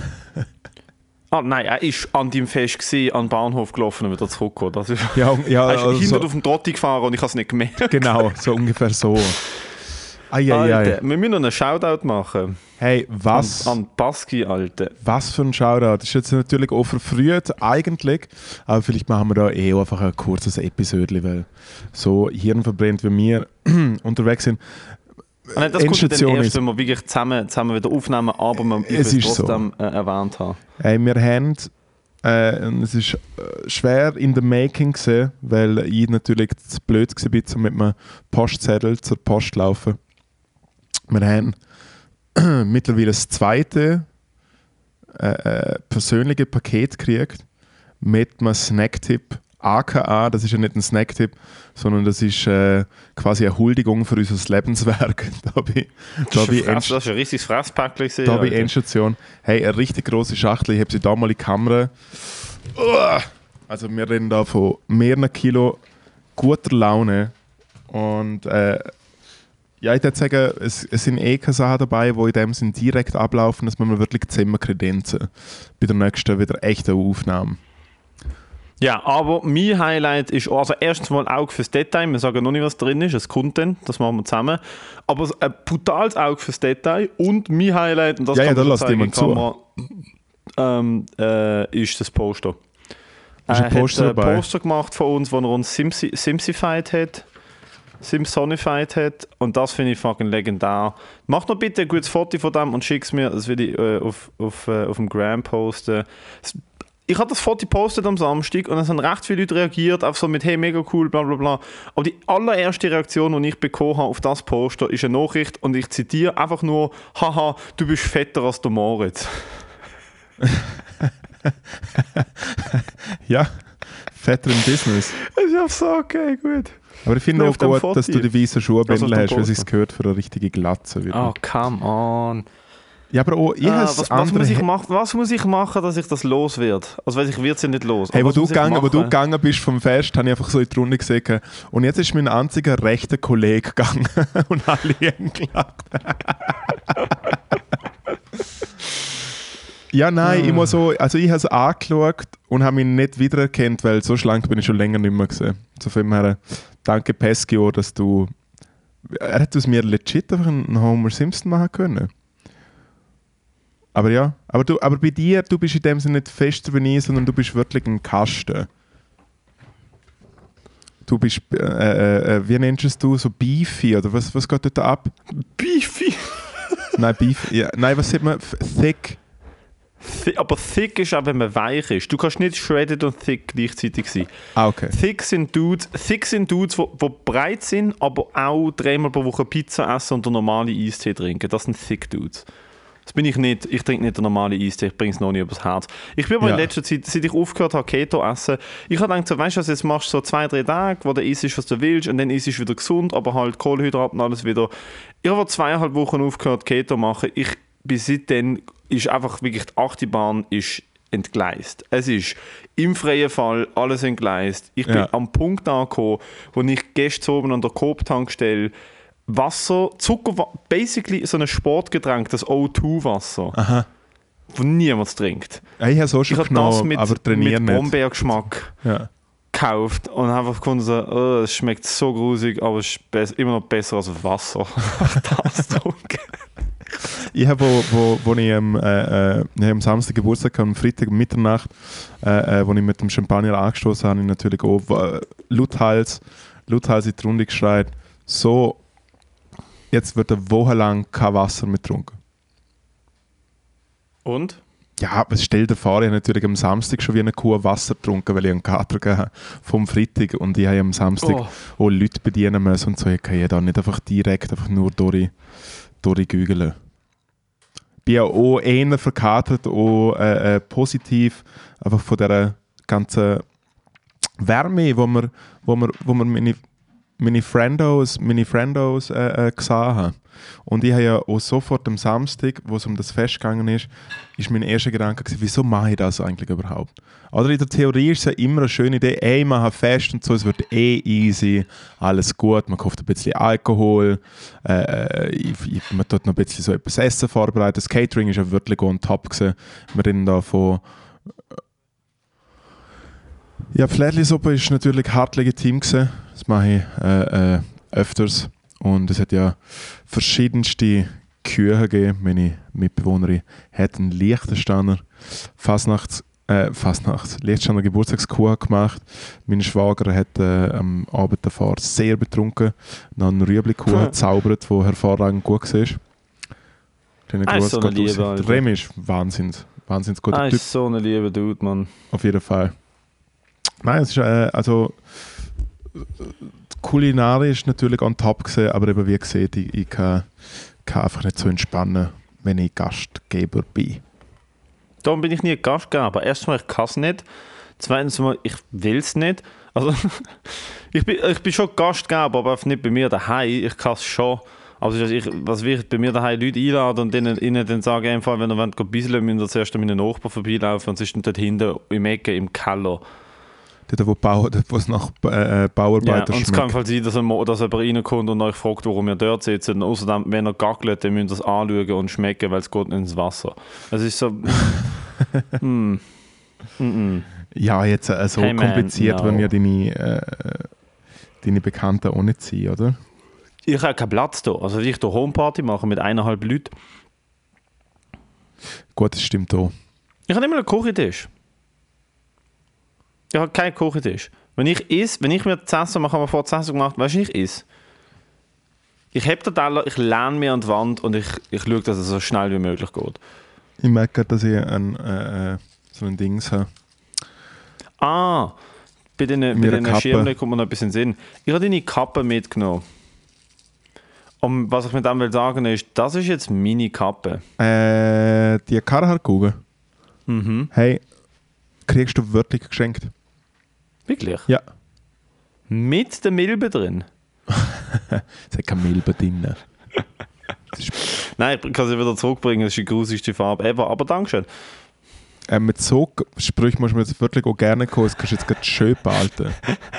Ah, nein, er war an deinem Fest, gewesen, an den Bahnhof gelaufen und wieder zurückgekommen. Das ist, Ja, ja er ist also hinter so, auf dem Trotti gefahren und ich habe es nicht gemerkt. genau, so ungefähr so. Ai, ai, ai. Alter, wir müssen noch einen Shoutout machen. Hey, was, An, an Baski, Alter. was für ein Shoutout. Das ist jetzt natürlich auch verfrüht, eigentlich. Aber vielleicht machen wir da eh einfach ein kurzes Episode, weil so hirnverbrennt wie wir unterwegs sind. Ah, nein, das kommt ja dann Endstation erst, ist- wenn wir wirklich zusammen, zusammen wieder aufnehmen, aber man ich will Es es ist so. trotzdem äh, erwähnt haben. Hey, wir haben, äh, und es ist äh, schwer in the making gewesen, weil ich natürlich zu blöd war, um mit einem Postzettel zur Post zu laufen. Wir haben mittlerweile das zweite äh, äh, persönliche Paket gekriegt mit einem Snacktipp. A K A, das ist ja nicht ein Snacktipp, sondern das ist äh, quasi eine Huldigung für unser Lebenswerk. Da bin, da Das bin ist, ein Fress, das ist ein richtiges Fresspäckchen gewesen, da bei Alter. Endstation. Hey, eine richtig grosse Schachtel. Ich habe sie da mal in die Kamera. Uah! Also wir reden da von mehreren Kilo guter Laune. Und äh, ja, ich würde sagen, es, es sind eh keine Sachen dabei, die in dem Sinn direkt ablaufen, dass man wirklich zusammen kredenzen. Bei der nächsten wieder echte Aufnahme. Ja, aber mein Highlight ist, also erstens mal Auge fürs Detail. Wir sagen noch nicht, was drin ist, es kommt dann, das machen wir zusammen. Aber ein brutales Auge fürs Detail und mein Highlight, und das Ja, ja, kann da man schon lässt zeigen, jemand kann man, ähm, äh, ist das Poster. Ist ein Er Poster hat ein dabei? Poster gemacht von uns, wo er uns Simsi- Simsified hat. Simsonified hat. Und das finde ich fucking legendär. Mach noch bitte ein gutes Foto von dem und schick es mir. Das will ich äh, auf, auf, äh, auf dem Gram posten. Es- Ich habe das Foto gepostet am Samstag und es haben recht viele Leute reagiert, auf so mit «Hey, mega cool», bla bla bla. Aber die allererste Reaktion, die ich bekommen habe auf das Poster, ist eine Nachricht und ich zitiere einfach nur «Haha, du bist fetter als der Moritz». Ja, fetter im Business. Das ist ja so okay, gut. Aber ich finde Nur auch auf dem gut, dass Foto. du die weißen Schuhbändel Also auf dem hast, weil es Poster. gehört für eine richtige Glatze. Wieder. Oh, come on. Ja, aber auch, ich Ah, has was, was, andere... muss ich mach, was muss ich machen, dass ich das los werde? Also weiß ich, wird es ja nicht los. Hey, Aber wo was du, muss ich gegangen, wo du machen? gegangen bist vom Fest, habe ich einfach so in die Runde gesehen. Und jetzt ist mein einziger rechter Kollege gegangen und alle haben gelacht. Ja, nein, ich muss so, also ich habe es angeschaut und habe mich nicht wiedererkannt, weil so schlank bin ich schon länger nicht mehr gesehen. So viel mehr, danke Pescio, dass du... Er hat aus mir legit einfach einen Homer Simpson machen können. Aber ja, aber, du, aber bei dir, du bist in dem Sinne nicht fester wie ich, sondern du bist wirklich ein Kasten. Du bist, äh, äh, äh, wie nennst du es du, so beefy, oder was, was geht dort ab? Beefy? Nein, beefy, ja. Nein, was sagt man? F- Thick? Thi- Aber thick ist auch, wenn man weich ist. Du kannst nicht shredded und thick gleichzeitig sein. Ah, okay. Thick sind Dudes, thick sind Dudes, die breit sind, aber auch dreimal pro Woche Pizza essen und den normalen Eistee trinken. Das sind thick Dudes. Das bin ich nicht. Ich trinke nicht den normalen Eistee, ich bringe es noch nicht übers Herz. Ich bin aber Ja. in letzter Zeit, seit ich aufgehört habe, Keto essen, ich habe gedacht, so, weißt du was, jetzt machst du so zwei, drei Tage, wo du isst, was du willst, und dann isst du wieder gesund, aber halt Kohlenhydrate und alles wieder. Ich habe vor zweieinhalb Wochen aufgehört, Keto zu machen. Ich bin seitdem, ist einfach wirklich, die Achterbahn ist entgleist. Es ist im freien Fall alles entgleist. Ich bin Ja. am Punkt angekommen, wo ich gestern oben an der Coop-Tankstelle Wasser, Zucker, basically so ein Sportgetränk, das O zwei Wasser, Aha. wo niemand trinkt. Ja, ich habe es auch Ich schon habe das genommen, mit, aber trainieren mit nicht. Brombeergeschmack Ja. gekauft und habe einfach gefunden, so, oh, es schmeckt so grusig, aber es ist bess- immer noch besser als Wasser. das trinken. Ich habe, wo, wo, wo ich, ähm, äh, äh, ich hab am Samstag Geburtstag hatte, am Freitag um Mitternacht, äh, äh, wo ich mit dem Champagner angestoßen habe, habe ich natürlich auch äh, lauthals, lauthals in die Runde geschreit, so, jetzt wird eine Woche lang kein Wasser mehr getrunken. Und? Ja, aber stell dir vor, ich habe natürlich am Samstag schon wie eine Kuh Wasser getrunken, weil ich einen Kater hatte vom Freitag und ich habe am Samstag Oh. auch Leute bedienen müssen und so, ich kann ja da nicht einfach direkt einfach nur durch, durchgügeln. Ich bin ja auch eher verkatert, auch äh, äh, positiv, einfach von dieser ganzen Wärme, wo wir, wo wir, wo wir meine, meine Friendos, meine Friendos äh, äh, gesehen haben. Und ich habe ja auch sofort am Samstag, wo es um das Fest gegangen ist, ist mein erster Gedanke gewesen, wieso mache ich das eigentlich überhaupt? Oder in der Theorie ist es ja immer eine schöne Idee, ey, man hat Fest und so, es wird eh easy, alles gut, man kauft ein bisschen Alkohol, äh, ich, ich, man tut noch ein bisschen so etwas Essen vorbereiten, das Catering ist ja wirklich on top gewesen. Wir reden da von... Ja, Flädli-Suppe ist natürlich hart legitim gewesen, das mache ich äh, äh, öfters. Und es hat ja verschiedenste Küche gegeben. Meine Mitbewohnerin hat einen Liechtensteiner Fasnachts, äh, Fasnachts, Liechtensteiner Geburtstagskuchen gemacht. Mein Schwager hat äh, am Abend davor sehr betrunken noch einen Rüebli-Kuchen Hm. gezaubert, der hervorragend gut war. Kleiner Ah, ist Gruß so eine geht raus. Liebe, Alter. Der Remy ist wahnsinns, wahnsinns guter Ah, Typ, ist so ein lieber Dude, Mann. auf jeden Fall. Nein, es ist äh, also kulinarisch natürlich on top gesehen, aber eben wie gesagt, ich, ich kann, kann einfach nicht so entspannen, wenn ich Gastgeber bin. Darum bin ich nie Gastgeber. Erstmal, ich kann es nicht. Zweitens mal, ich will es nicht. Also, ich, bin, ich bin schon Gastgeber, aber einfach nicht bei mir daheim. Ich kann es schon. Also, ich, was will ich bei mir daheim Leute einladen und denen, ihnen dann sagen, einfach, wenn ihr wollt, ein bisschen, müsst ihr zuerst an meinen Nachbarn vorbeilaufen und sie ist dann dort hinten im Ecke im Keller. Dort, wo, Bau, dort, wo es nach äh, Bauarbeiter Ja, und es kann schmeckt. halt sein, dass, ein, dass jemand reinkommt und euch fragt, warum ihr dort sitzt. Und außerdem, wenn ihr gackelt, dann müsst ihr es anschauen und schmecken, weil es geht nicht ins Wasser. Es ist so... mm, mm, mm. Ja, jetzt äh, so Hey man, kompliziert no. werden ja deine, äh, deine Bekannten auch nicht sein, oder? Ich habe keinen Platz da. Also, wenn ich hier Homeparty mache mit eineinhalb Leuten, Gut, das stimmt auch. ich habe nicht mal einen Küchentisch. Ich habe keinen Küchentisch. Wenn ich esse, wenn ich mir das Essen mache, haben wir vor das Essen gemacht, weißt du, ich esse. Ich heb den Teller, ich lehne mich an die Wand und ich, ich schaue, dass es so schnell wie möglich geht. Ich merke gerade, dass ich ein, äh, äh, so ein Dings habe. Ah, bei den, bei Mir eine den Kappe. Schirmen kommt mir noch etwas in den Sinn. Ich habe deine Kappe mitgenommen. Und was ich mit dem will sagen ist, das ist jetzt meine Kappe. Äh, die Carhartt-Kugel, Mhm. hey, kriegst du wirklich geschenkt. Wirklich? Ja. Mit der Milbe drin? Es hat keine Milbe drin. Das ist Nein, ich kann sie wieder zurückbringen, das ist die grusigste Farbe ever, aber Dankeschön. Äh, mit so Sprüchen musst du mir jetzt wirklich auch gerne kommen, das kannst du jetzt gerade schön behalten.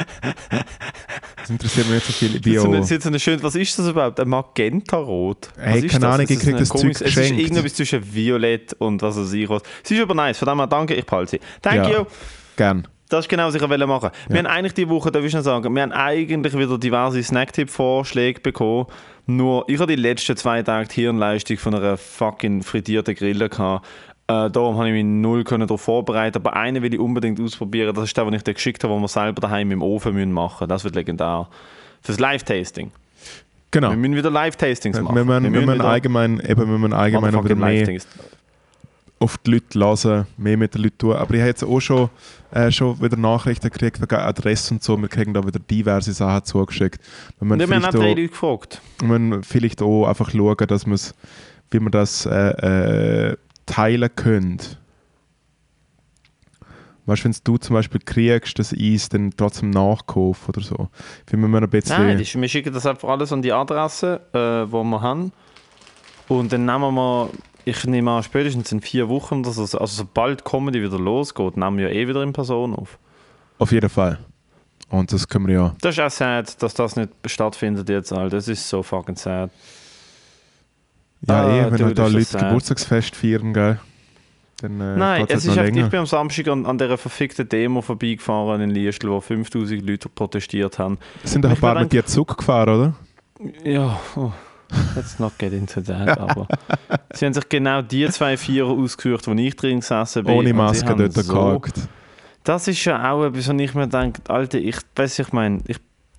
Das interessiert mich nicht so viel. Bio. So eine, so eine schön, was ist das überhaupt? Ein Magenta-Rot? Hey, keine Ahnung, ich krieg das Zeug geschenkt. Es ist irgendwas zwischen Violett und was weiß ich was. Sie ist aber nice, von dem her danke, ich behalte sie. Thank ja, you. Gern. Das ist genau, was ich machen wollte. Ja. Wir haben eigentlich diese Woche, darf ich noch sagen, wir haben eigentlich wieder diverse Snacktipp-Vorschläge bekommen. Nur, ich habe die letzten zwei Tage die Hirnleistung von einer fucking frittierten Grille gehabt. Äh, darum habe ich mich null darauf vorbereitet. Aber einen will ich unbedingt ausprobieren. Das ist der, den ich dir geschickt habe, den wir selber daheim im Ofen machen müssen. Das wird legendär. Fürs Live-Tasting. Genau. Wir müssen wieder Live-Tastings machen. Wir müssen, wir müssen allgemein, eben, wir müssen allgemein wieder mehr auf die Leute hören, mehr mit den Leuten tun. Aber ich habe jetzt auch schon, äh, schon wieder Nachrichten gekriegt wegen Adresse und so. Wir kriegen da wieder diverse Sachen zugeschickt. Wir haben auch drei Leute gefragt. Wir müssen vielleicht auch einfach schauen, dass wie wir das äh, äh, teilen können. Weißt du, wenn du zum Beispiel kriegst, das Eis dann trotzdem nachkaufen oder so. Wie wir ein bisschen Nein, wir schicken das einfach alles an die Adresse, äh, die wir haben. Und dann nehmen wir, ich nehme an, spätestens in vier Wochen, oder so, also sobald Comedy wieder losgeht, nehmen wir ja eh wieder in Person auf. Auf jeden Fall. Und das können wir ja... Das ist auch sad, dass das nicht stattfindet jetzt, Alter. Das ist so fucking sad. Ja, ah, eh, wenn halt da Leute sad. Geburtstagsfest feiern, gell? Dann, äh, Nein, es ist halt echt, ich bin am Samstag an, an dieser verfickten Demo vorbeigefahren in Liestl, wo fünftausend Leute protestiert haben. Sind doch ein paar mit dir Zug gefahren, oder? Ja, oh, let's not get into that, aber sie haben sich genau die zwei Vierer ausgesucht, wo ich drin gesessen bin. Ohne Maske dort so, gehakt. Das ist ja auch etwas, wo ich mir denke, Alter, ich weiß, ich meine, ich,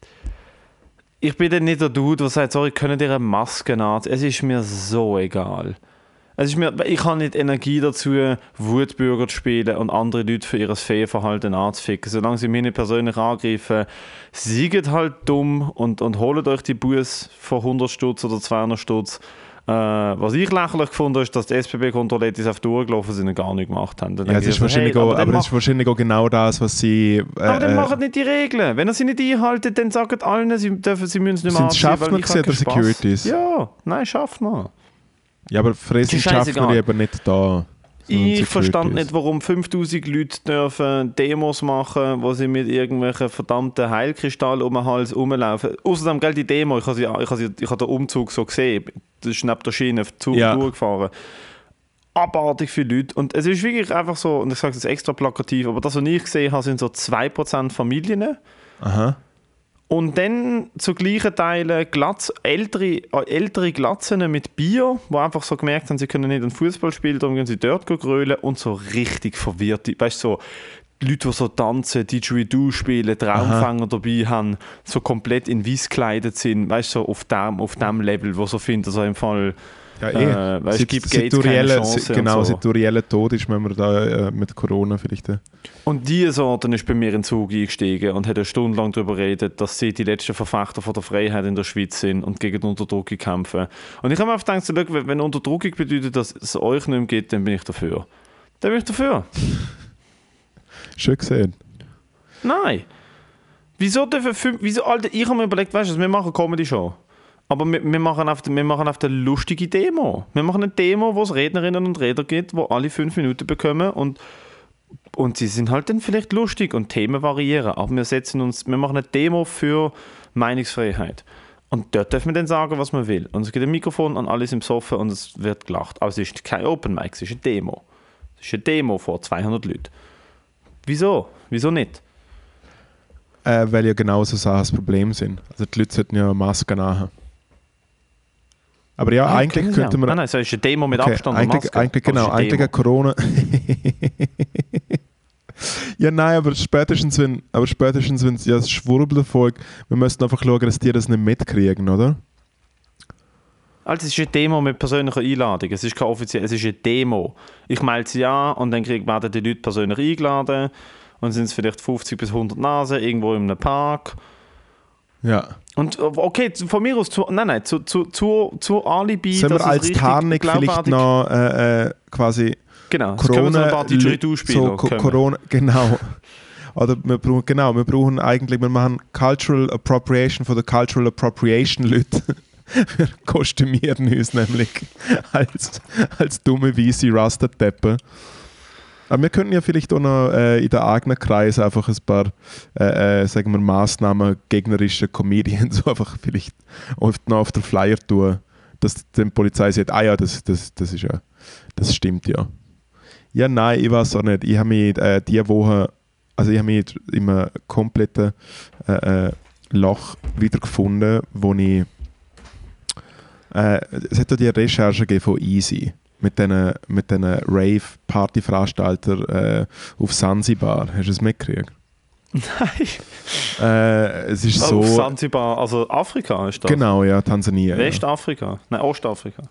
ich bin dann nicht der Dude, der sagt, sorry, können dir eine Maske anziehen? Es ist mir so egal. Es ist mir, ich habe nicht Energie dazu, Wutbürger zu spielen und andere Leute für ihr Fehlverhalten anzuficken. Solange sie mich nicht persönlich angreifen, seid halt dumm und, und holt euch die Buß von hundert Stutz oder zweihundert Stutz. Äh, was ich lächerlich gefunden habe, ist, dass die S B B-Kontrolleure auf durchgelaufen sind und gar nichts gemacht haben. Ja, das ist, so, wahrscheinlich hey, auch, aber, aber das ist wahrscheinlich auch genau das, was sie... Äh, aber dann machen nicht die Regeln. Wenn ihr sie nicht einhaltet, dann sagen allen, sie, dürfen, sie müssen es nicht mehr anziehen. Schafft man es oder Securities? Ja, nein, schafft man. Ja, aber Fressen schafft man aber nicht da. Ich verstand nicht, warum fünftausend Leute dürfen Demos machen, wo sie mit irgendwelchen verdammten Heilkristallen um den Hals rumlaufen. Außerdem, gell, die Demo, ich habe sie, ich habe sie, ich habe den Umzug so gesehen, das ist neben der Schiene Zug ja. durchgefahren. Abartig viele Leute. Und es ist wirklich einfach so, und ich sage es extra plakativ, aber das, was ich gesehen habe, sind so zwei Prozent Familien. Aha. Und dann zu gleichen Teilen Glatz, ältere, ältere Glatzen mit Bier, die einfach so gemerkt haben, sie können nicht ein Fußball spielen, darum gehen sie dort grölen und so richtig verwirrt. Weißt du, so Leute, die so tanzen, Didgeridoo spielen, Traumfänger dabei haben, so komplett in weiß gekleidet sind, weißt du, so auf dem, auf dem Level, wo so finden, also im Fall. Ja, eh. Äh, weißt, seit, gibt Gates keine Chance genau, so. Seit Urielle tot ist, wenn wir da äh, mit Corona vielleicht... Äh. Und diese Sorte ist bei mir in den Zug eingestiegen und hat eine Stunde lang darüber geredet, dass sie die letzten Verfechter von der Freiheit in der Schweiz sind und gegen die Unterdrückung kämpfen. Und ich habe mir einfach gedacht, so, wenn Unterdrückung bedeutet, dass es euch nicht mehr gibt, dann bin ich dafür. Dann bin ich dafür. Schön gesehen. Nein. Wieso dürfen fünf... Wieso, Alter, ich habe mir überlegt, weißt du, wir machen Comedy-Show. Aber wir, wir, machen auf, wir machen auf eine lustige Demo. Wir machen eine Demo, wo es Rednerinnen und Redner gibt, die alle fünf Minuten bekommen und, und sie sind halt dann vielleicht lustig und Themen variieren. Aber wir setzen uns, wir machen eine Demo für Meinungsfreiheit. Und dort dürfen wir dann sagen, was man will. Und es gibt ein Mikrofon und alles im Sofa und es wird gelacht. Aber es ist kein Open Mic, es ist eine Demo. Es ist eine Demo vor zweihundert Leuten. Wieso? Wieso nicht? Äh, weil ja genau so Sachen das Problem sind. Also die Leute sollten ja Masken anhaben. Aber ja, ja eigentlich könnte man... Nein, nein, so ist eine Demo mit okay, Abstand eigentlich, und Maske. Eigentlich, genau, eigentlich eine Corona... ja, nein, aber spätestens wenn aber spätestens wenn es ja das Schwurbelvolk, wir müssen einfach schauen, dass die das nicht mitkriegen, oder? Also es ist eine Demo mit persönlicher Einladung. Es ist keine offizielle, es ist eine Demo. Ich melde sie an und dann krieg, werden die Leute persönlich eingeladen und sind es vielleicht fünfzig bis hundert Nasen irgendwo in einem Park. Ja. Und okay, von mir aus, zu, nein, nein, zu, zu, zu, zu Alibi, sollen wir als Tarnik vielleicht noch äh, äh, quasi genau, Corona, so so Co- Corona, genau. Oder wir brauchen, genau, wir brauchen eigentlich, wir machen Cultural Appropriation von der Cultural Appropriation Leute. wir kostümieren uns nämlich als, als dumme weiße Rasterteppe. Aber wir könnten ja vielleicht auch noch äh, in den eigenen Kreis einfach ein paar, äh, äh, sagen wir, Massnahmen gegnerische Comedians einfach vielleicht oft noch auf den Flyer tun, dass die Polizei sagt, ah ja, das, das, das ist ja, das stimmt ja. Ja, nein, ich weiß auch nicht. Ich habe mich äh, diese Woche, also ich habe mich in einem kompletten äh, äh, Loch wiedergefunden, wo ich, äh, es hat ja die Recherche gegeben von Easy. Mit diesen mit den Rave-Party-Veranstaltern äh, auf Sansibar. Hast du es mitgekriegt? Nein. Äh, es ist Oh, so... auf Sansibar, also Afrika ist das? Genau, ja, Tansania. Westafrika? Ja. Nein, Ostafrika.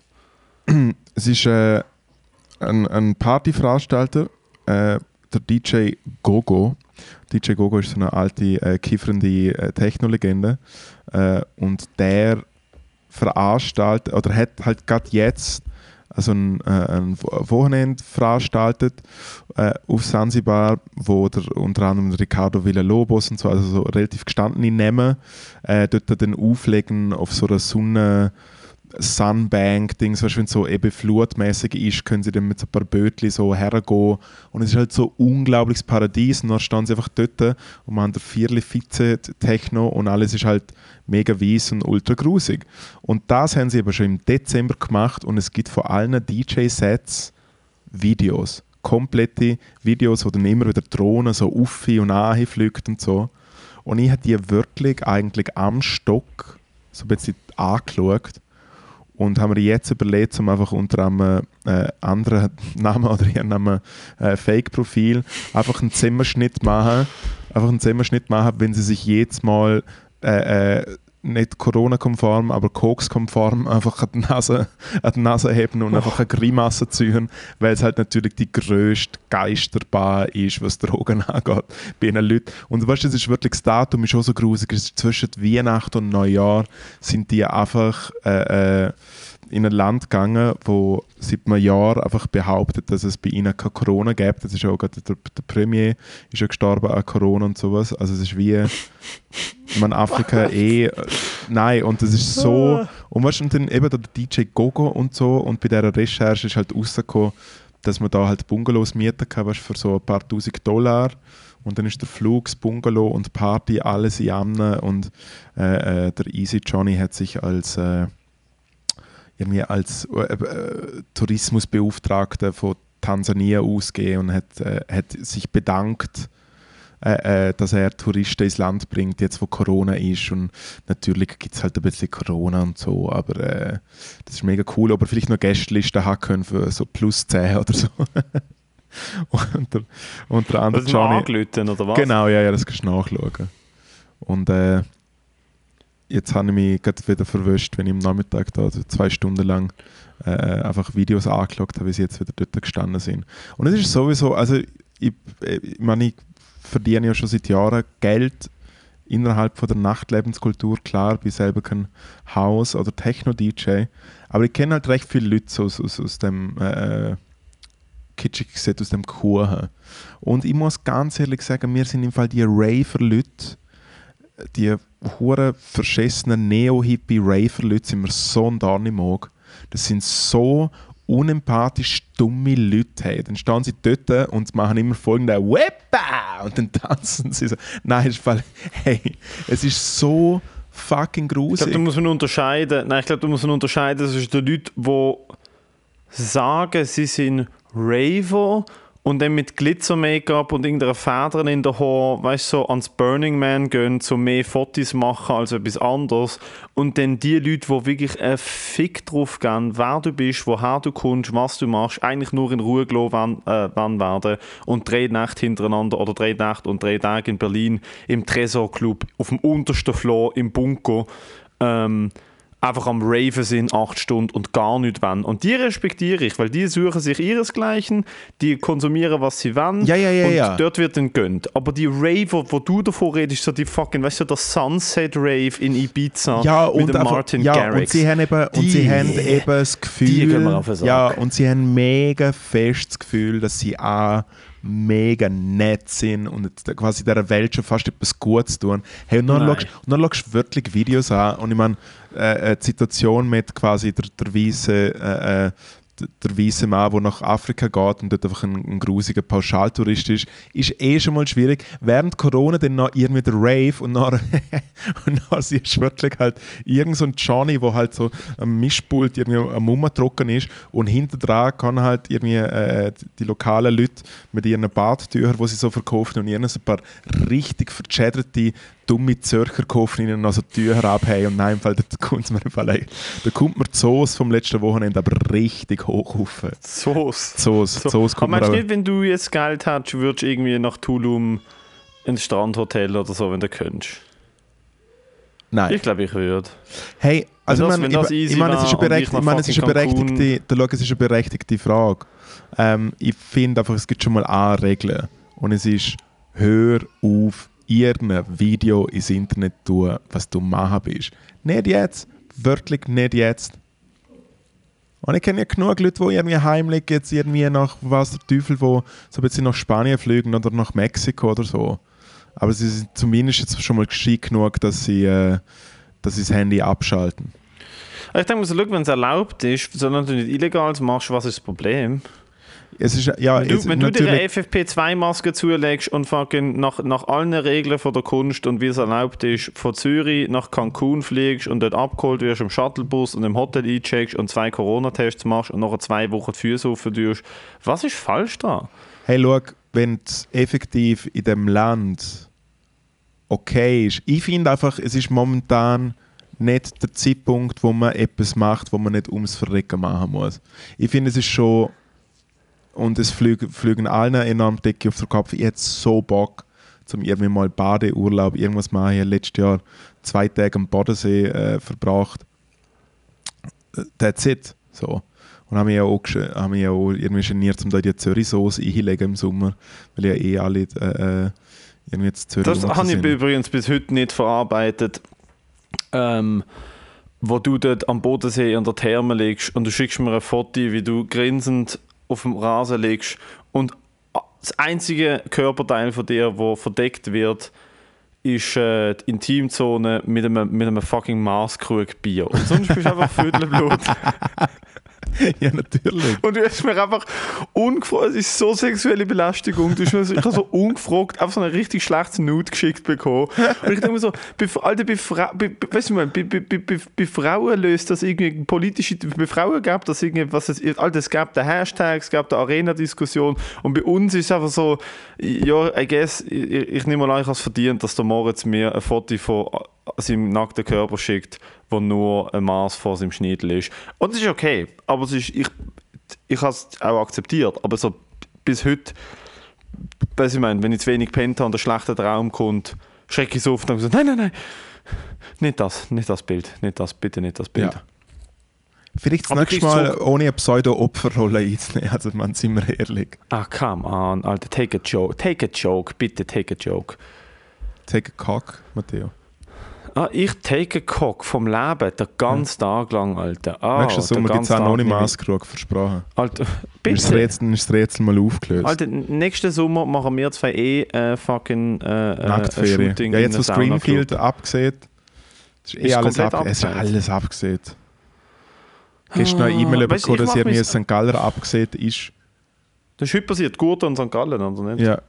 Es ist äh, ein, ein Partyveranstalter, äh, der D J Gogo. D J Gogo ist so eine alte, äh, kiffernde äh, Techno-Legende. Äh, und der veranstaltet, oder hat halt gerade jetzt also ein, äh, ein Wochenende veranstaltet äh, auf Sansibar, wo der, unter anderem Ricardo Villalobos und so, also so relativ gestandene Namen, äh, dort dann auflegen auf so einer Sonne Sunbank-Dings, weißt du, wenn es so eben flutmäßig ist, können sie dann mit so ein paar Bötchen so hergehen und es ist halt so ein unglaubliches Paradies und dann stehen sie einfach dort und machen der Vierli Fitze Techno und alles ist halt mega weiss und ultra grusig. Und das haben sie aber schon im Dezember gemacht und es gibt von allen D J-Sets Videos, komplette Videos, wo dann immer wieder Drohnen so auf und an fliegt und so. Und ich habe die wirklich eigentlich am Stock so ein bisschen angeschaut und haben mir jetzt überlegt, um einfach unter einem äh, anderen Namen oder ihrem äh, Fake-Profil einfach einen Zimmerschnitt machen, einfach einen Zimmerschnitt machen, wenn sie sich jedes Mal äh, äh, nicht Corona-konform, aber Koks-konform einfach an die Nase, an die Nase heben und oh. einfach eine Grimasse ziehen, weil es halt natürlich die grösste Geisterbar ist, was Drogen angeht bei den Leuten. Und weißt du, das ist wirklich, das Datum ist auch so grusig, zwischen Weihnachten und Neujahr sind die einfach äh, äh, in ein Land gegangen, wo seit einem Jahr einfach behauptet, dass es bei ihnen kein Corona gibt. Das ist auch gerade der, der Premier ist ja gestorben an Corona und sowas. Also es ist wie man Afrika eh nein und das ist so und weißt du, und dann eben der D J Gogo und so und bei dieser Recherche ist halt rausgekommen, dass man da halt Bungalows mieten kann, weißt, für so ein paar tausend Dollar und dann ist der Flug, das Bungalow und die Party alles in einem und äh, äh, der Easy Johnny hat sich als äh, irgendwie als äh, äh, Tourismusbeauftragter von Tansania ausgegeben und hat, äh, hat sich bedankt, äh, äh, dass er Touristen ins Land bringt, jetzt wo Corona ist. Und natürlich gibt es halt ein bisschen Corona und so, aber äh, das ist mega cool. Aber vielleicht noch Gästelisten haben können für so plus zehn oder so. und der, und der andere das Johnny. Angelöten, oder was? Genau, ja, ja, das kannst du nachschauen. Und äh, jetzt habe ich mich gerade wieder verwischt, wenn ich am Nachmittag da also zwei Stunden lang äh, einfach Videos angeschaut habe, wie sie jetzt wieder dort gestanden sind. Und es ist sowieso, also ich, ich meine, ich verdiene ja schon seit Jahren Geld innerhalb von der Nachtlebenskultur. Klar, ich bin selber kein House- oder Techno-D J, aber ich kenne halt recht viele Leute aus, aus, aus dem äh, kitschig gesagt, aus dem Kuchen. Und ich muss ganz ehrlich sagen, wir sind im Fall die Raver-Leute, die hure verschissenen Neo-Hippie-Raver-Leute sind mir so und gar nicht mag. Das sind so unempathisch dumme Leute. Hey. Dann stehen sie dort und machen immer folgende Weppa und dann tanzen sie so. Nein, es ist, hey, es ist so fucking gruselig. Ich glaube, da muss man unterscheiden. Nein, ich glaube, da muss man unterscheiden zwischen den Leuten, die sagen, sie sind Raver und dann mit Glitzer-Make-up und irgendeiner Feder in der Haar, weißt du, so ans Burning Man gehen, so mehr Fotos machen als etwas anderes. Und dann die Leute, die wirklich einen Fick drauf geben, wer du bist, woher du kommst, was du machst, eigentlich nur in Ruhe gelassen äh, werden und drei Nächte hintereinander oder drei Nächte und drei Tage in Berlin im Tresor-Club auf dem untersten Floor im Bunker ähm, einfach am Raven sind, acht Stunden und gar nicht wollen. Und die respektiere ich, weil die suchen sich ihresgleichen, die konsumieren, was sie wollen ja, ja, ja, und ja. dort wird dann gönnt. Aber die Raver, wo du davon redest, so die fucking, weißt du, der Sunset Rave in Ibiza ja, mit und dem einfach, Martin ja, Garrix. Und sie haben eben, die, und sie haben eben das Gefühl, die gehen wir auf den Sack. ja, und sie haben mega fest das Gefühl, dass sie auch mega nett sind und quasi dieser Welt schon fast etwas Gutes tun. Hey, und dann schaust und dann schaust du wirklich Videos an und ich meine, äh, die Situation mit quasi der, der weißen äh, der weiße Mann, der nach Afrika geht und dort einfach ein, ein grusiger Pauschaltourist ist, ist eh schon mal schwierig. Während Corona dann noch irgendwie der Rave und dann, und dann siehst du wirklich halt irgend so ein Johnny, der halt so am Mischpult irgendwie am Rumtrocken ist und hinter dran kann halt irgendwie äh, die lokalen Leute mit ihren Badtüchern, die sie so verkaufen und ihnen so ein paar richtig verchedderte dumme Zürcher kaufen ihnen noch so Tücher abhängen und nein, im Fall, da kommt mir, da kommt mir die Sauce vom letzten Wochenende aber richtig hoch rauf. Sauce? Sauce, so. Sauce kommt aber meinst mir du nicht, wenn du jetzt Geld hättest, würdest du irgendwie nach Tulum ins Strandhotel oder so, wenn du könntest? Nein. Ich glaube, ich würde. Hey, also das, ich meine, ich, ich meine, es ist eine berechtigte, ich meine, es ist eine berechtigte, da schau, es ist eine berechtigte Frage. Ähm, ich finde einfach, es gibt schon mal eine Regel und es ist, hör auf, irgendein Video ins Internet tun, was du machen bist. Nicht jetzt, wirklich nicht jetzt. Und ich kenne ja genug Leute, die irgendwie heimlich jetzt irgendwie nach was der Teufel, wo so ein bisschen nach Spanien fliegen oder nach Mexiko oder so. Aber sie sind zumindest jetzt schon mal gescheit genug, dass sie, äh, dass sie das Handy abschalten. Ich denke, also, wenn es erlaubt ist, solange du nicht illegal machst, was ist das Problem? Es ist, ja, wenn du, es, wenn du dir eine F F P zwei Maske zulegst und fucking nach, nach allen Regeln von der Kunst und wie es erlaubt ist, von Zürich nach Cancun fliegst und dort abgeholt wirst im Shuttlebus und im Hotel eincheckst und zwei Corona-Tests machst und nachher zwei Wochen die Füße aufdürst, was ist falsch da? Hey, schau, wenn es effektiv in dem Land okay ist, ich finde einfach, es ist momentan nicht der Zeitpunkt, wo man etwas macht, wo man nicht ums Verrecken machen muss. Ich finde, es ist schon. Und es fliegen, fliegen allen enorm dick auf den Kopf. Ich hätte so Bock, zum irgendwie mal Badeurlaub, irgendwas machen. Ich habe letztes Jahr zwei Tage am Bodensee äh, verbracht. That's it. So. Und habe mich ja auch, hab mich ja auch irgendwie geniert, um da die Zürich-Sauce einzulegen im Sommer, weil ja eh alle äh, irgendwie jetzt Zürich Das habe ich übrigens bis heute nicht verarbeitet. Ähm, wo du dort am Bodensee an der Therme liegst und du schickst mir ein Foto, wie du grinsend auf dem Rasen liegst und das einzige Körperteil von dir, wo verdeckt wird, ist äh, die Intimzone mit einem, mit einem fucking Maßkrug Bier. Und sonst bist du einfach Vödelblut. Ja, natürlich. Und du hast mir einfach ungefragt, es ist so sexuelle Belästigung, du hast mir so, ich habe so ungefragt einfach so ein richtig schlechtes Nude geschickt bekommen. Und ich denke mir so, bei, Alter, bei, Fra bei, weißt du, bei, bei, bei, bei Frauen löst das irgendwie politische, bei Frauen gab das irgendwie, was es, Alter, es gab den Hashtag, es gab die Arena-Diskussion und bei uns ist es einfach so, ja, I guess, ich, ich nehme mal an, ich habe es verdient, dass der Moritz mir ein Foto von seinem nackten Körper schickt, wo nur ein Maß vor seinem Schniedel ist. Und es ist okay, aber es ist, ich, ich habe es auch akzeptiert, aber so bis heute, weiss ich meine, wenn ich zu wenig pennt habe und ein schlechter Traum kommt, schrecke ich so auf und sage, nein, nein, nein, nicht das, nicht das Bild, nicht das, bitte nicht das Bild. Ja. Vielleicht das nächste Mal so ohne eine Pseudo-Opferrolle einzunehmen, also man, sind wir ehrlich. Ah, come on, Alter, take a joke, take a joke, bitte take a joke. Take a cock, Matteo. Ah, ich take a cock vom Leben, den ganzen ja. Tag lang, Alter. Ah, nächsten Sommer gibt es auch noch nicht Maßkrug, versprochen. Alter, bitte. Ist das Rätsel, ist das Rätsel mal aufgelöst. Alter, nächsten Sommer machen wir zwei eh äh, fucking äh, Nacktferien. Shooting. Ja, jetzt was Greenfield abgesehen, ist eh ist alles, ab, es ist alles abgesehen. Gestern noch eine E-Mail bekommen, dass irgendwie Sankt Galler abgesehen ist. Das ist heute passiert, Gurten und Sankt Gallen, oder nicht? Ja.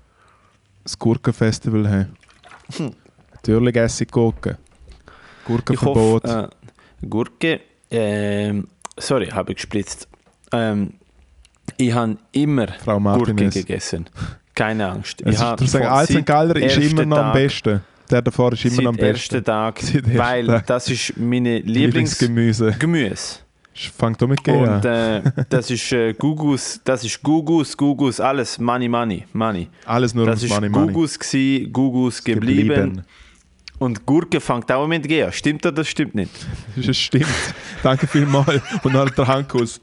Das Gurkenfestival haben. Hm. Natürlich esse ich Gurken. Gurkenverbot. Ich hoffe, äh, Gurke, äh, sorry, habe ich gesplitzt. Ähm, ich habe immer Gurken gegessen. Keine Angst. Ich ist, sagen, Alt Sankt Galler ist immer noch Tag, am besten. Der davor ist immer noch am besten. Tag, weil Tag. Das ist meine Lieblingsgemüse. Gemüse. Fangt doch mit G an. Und äh, das ist äh, Gugus, das ist Gugus, Gugus, alles Money, Money, Money. Alles nur das ums Money, Money. Das ist Gugus gsi, Gugus geblieben. geblieben. Und Gurke fängt auch mit G an. Stimmt das, das stimmt nicht? Das stimmt. Danke vielmals. Und dann der Handkuss.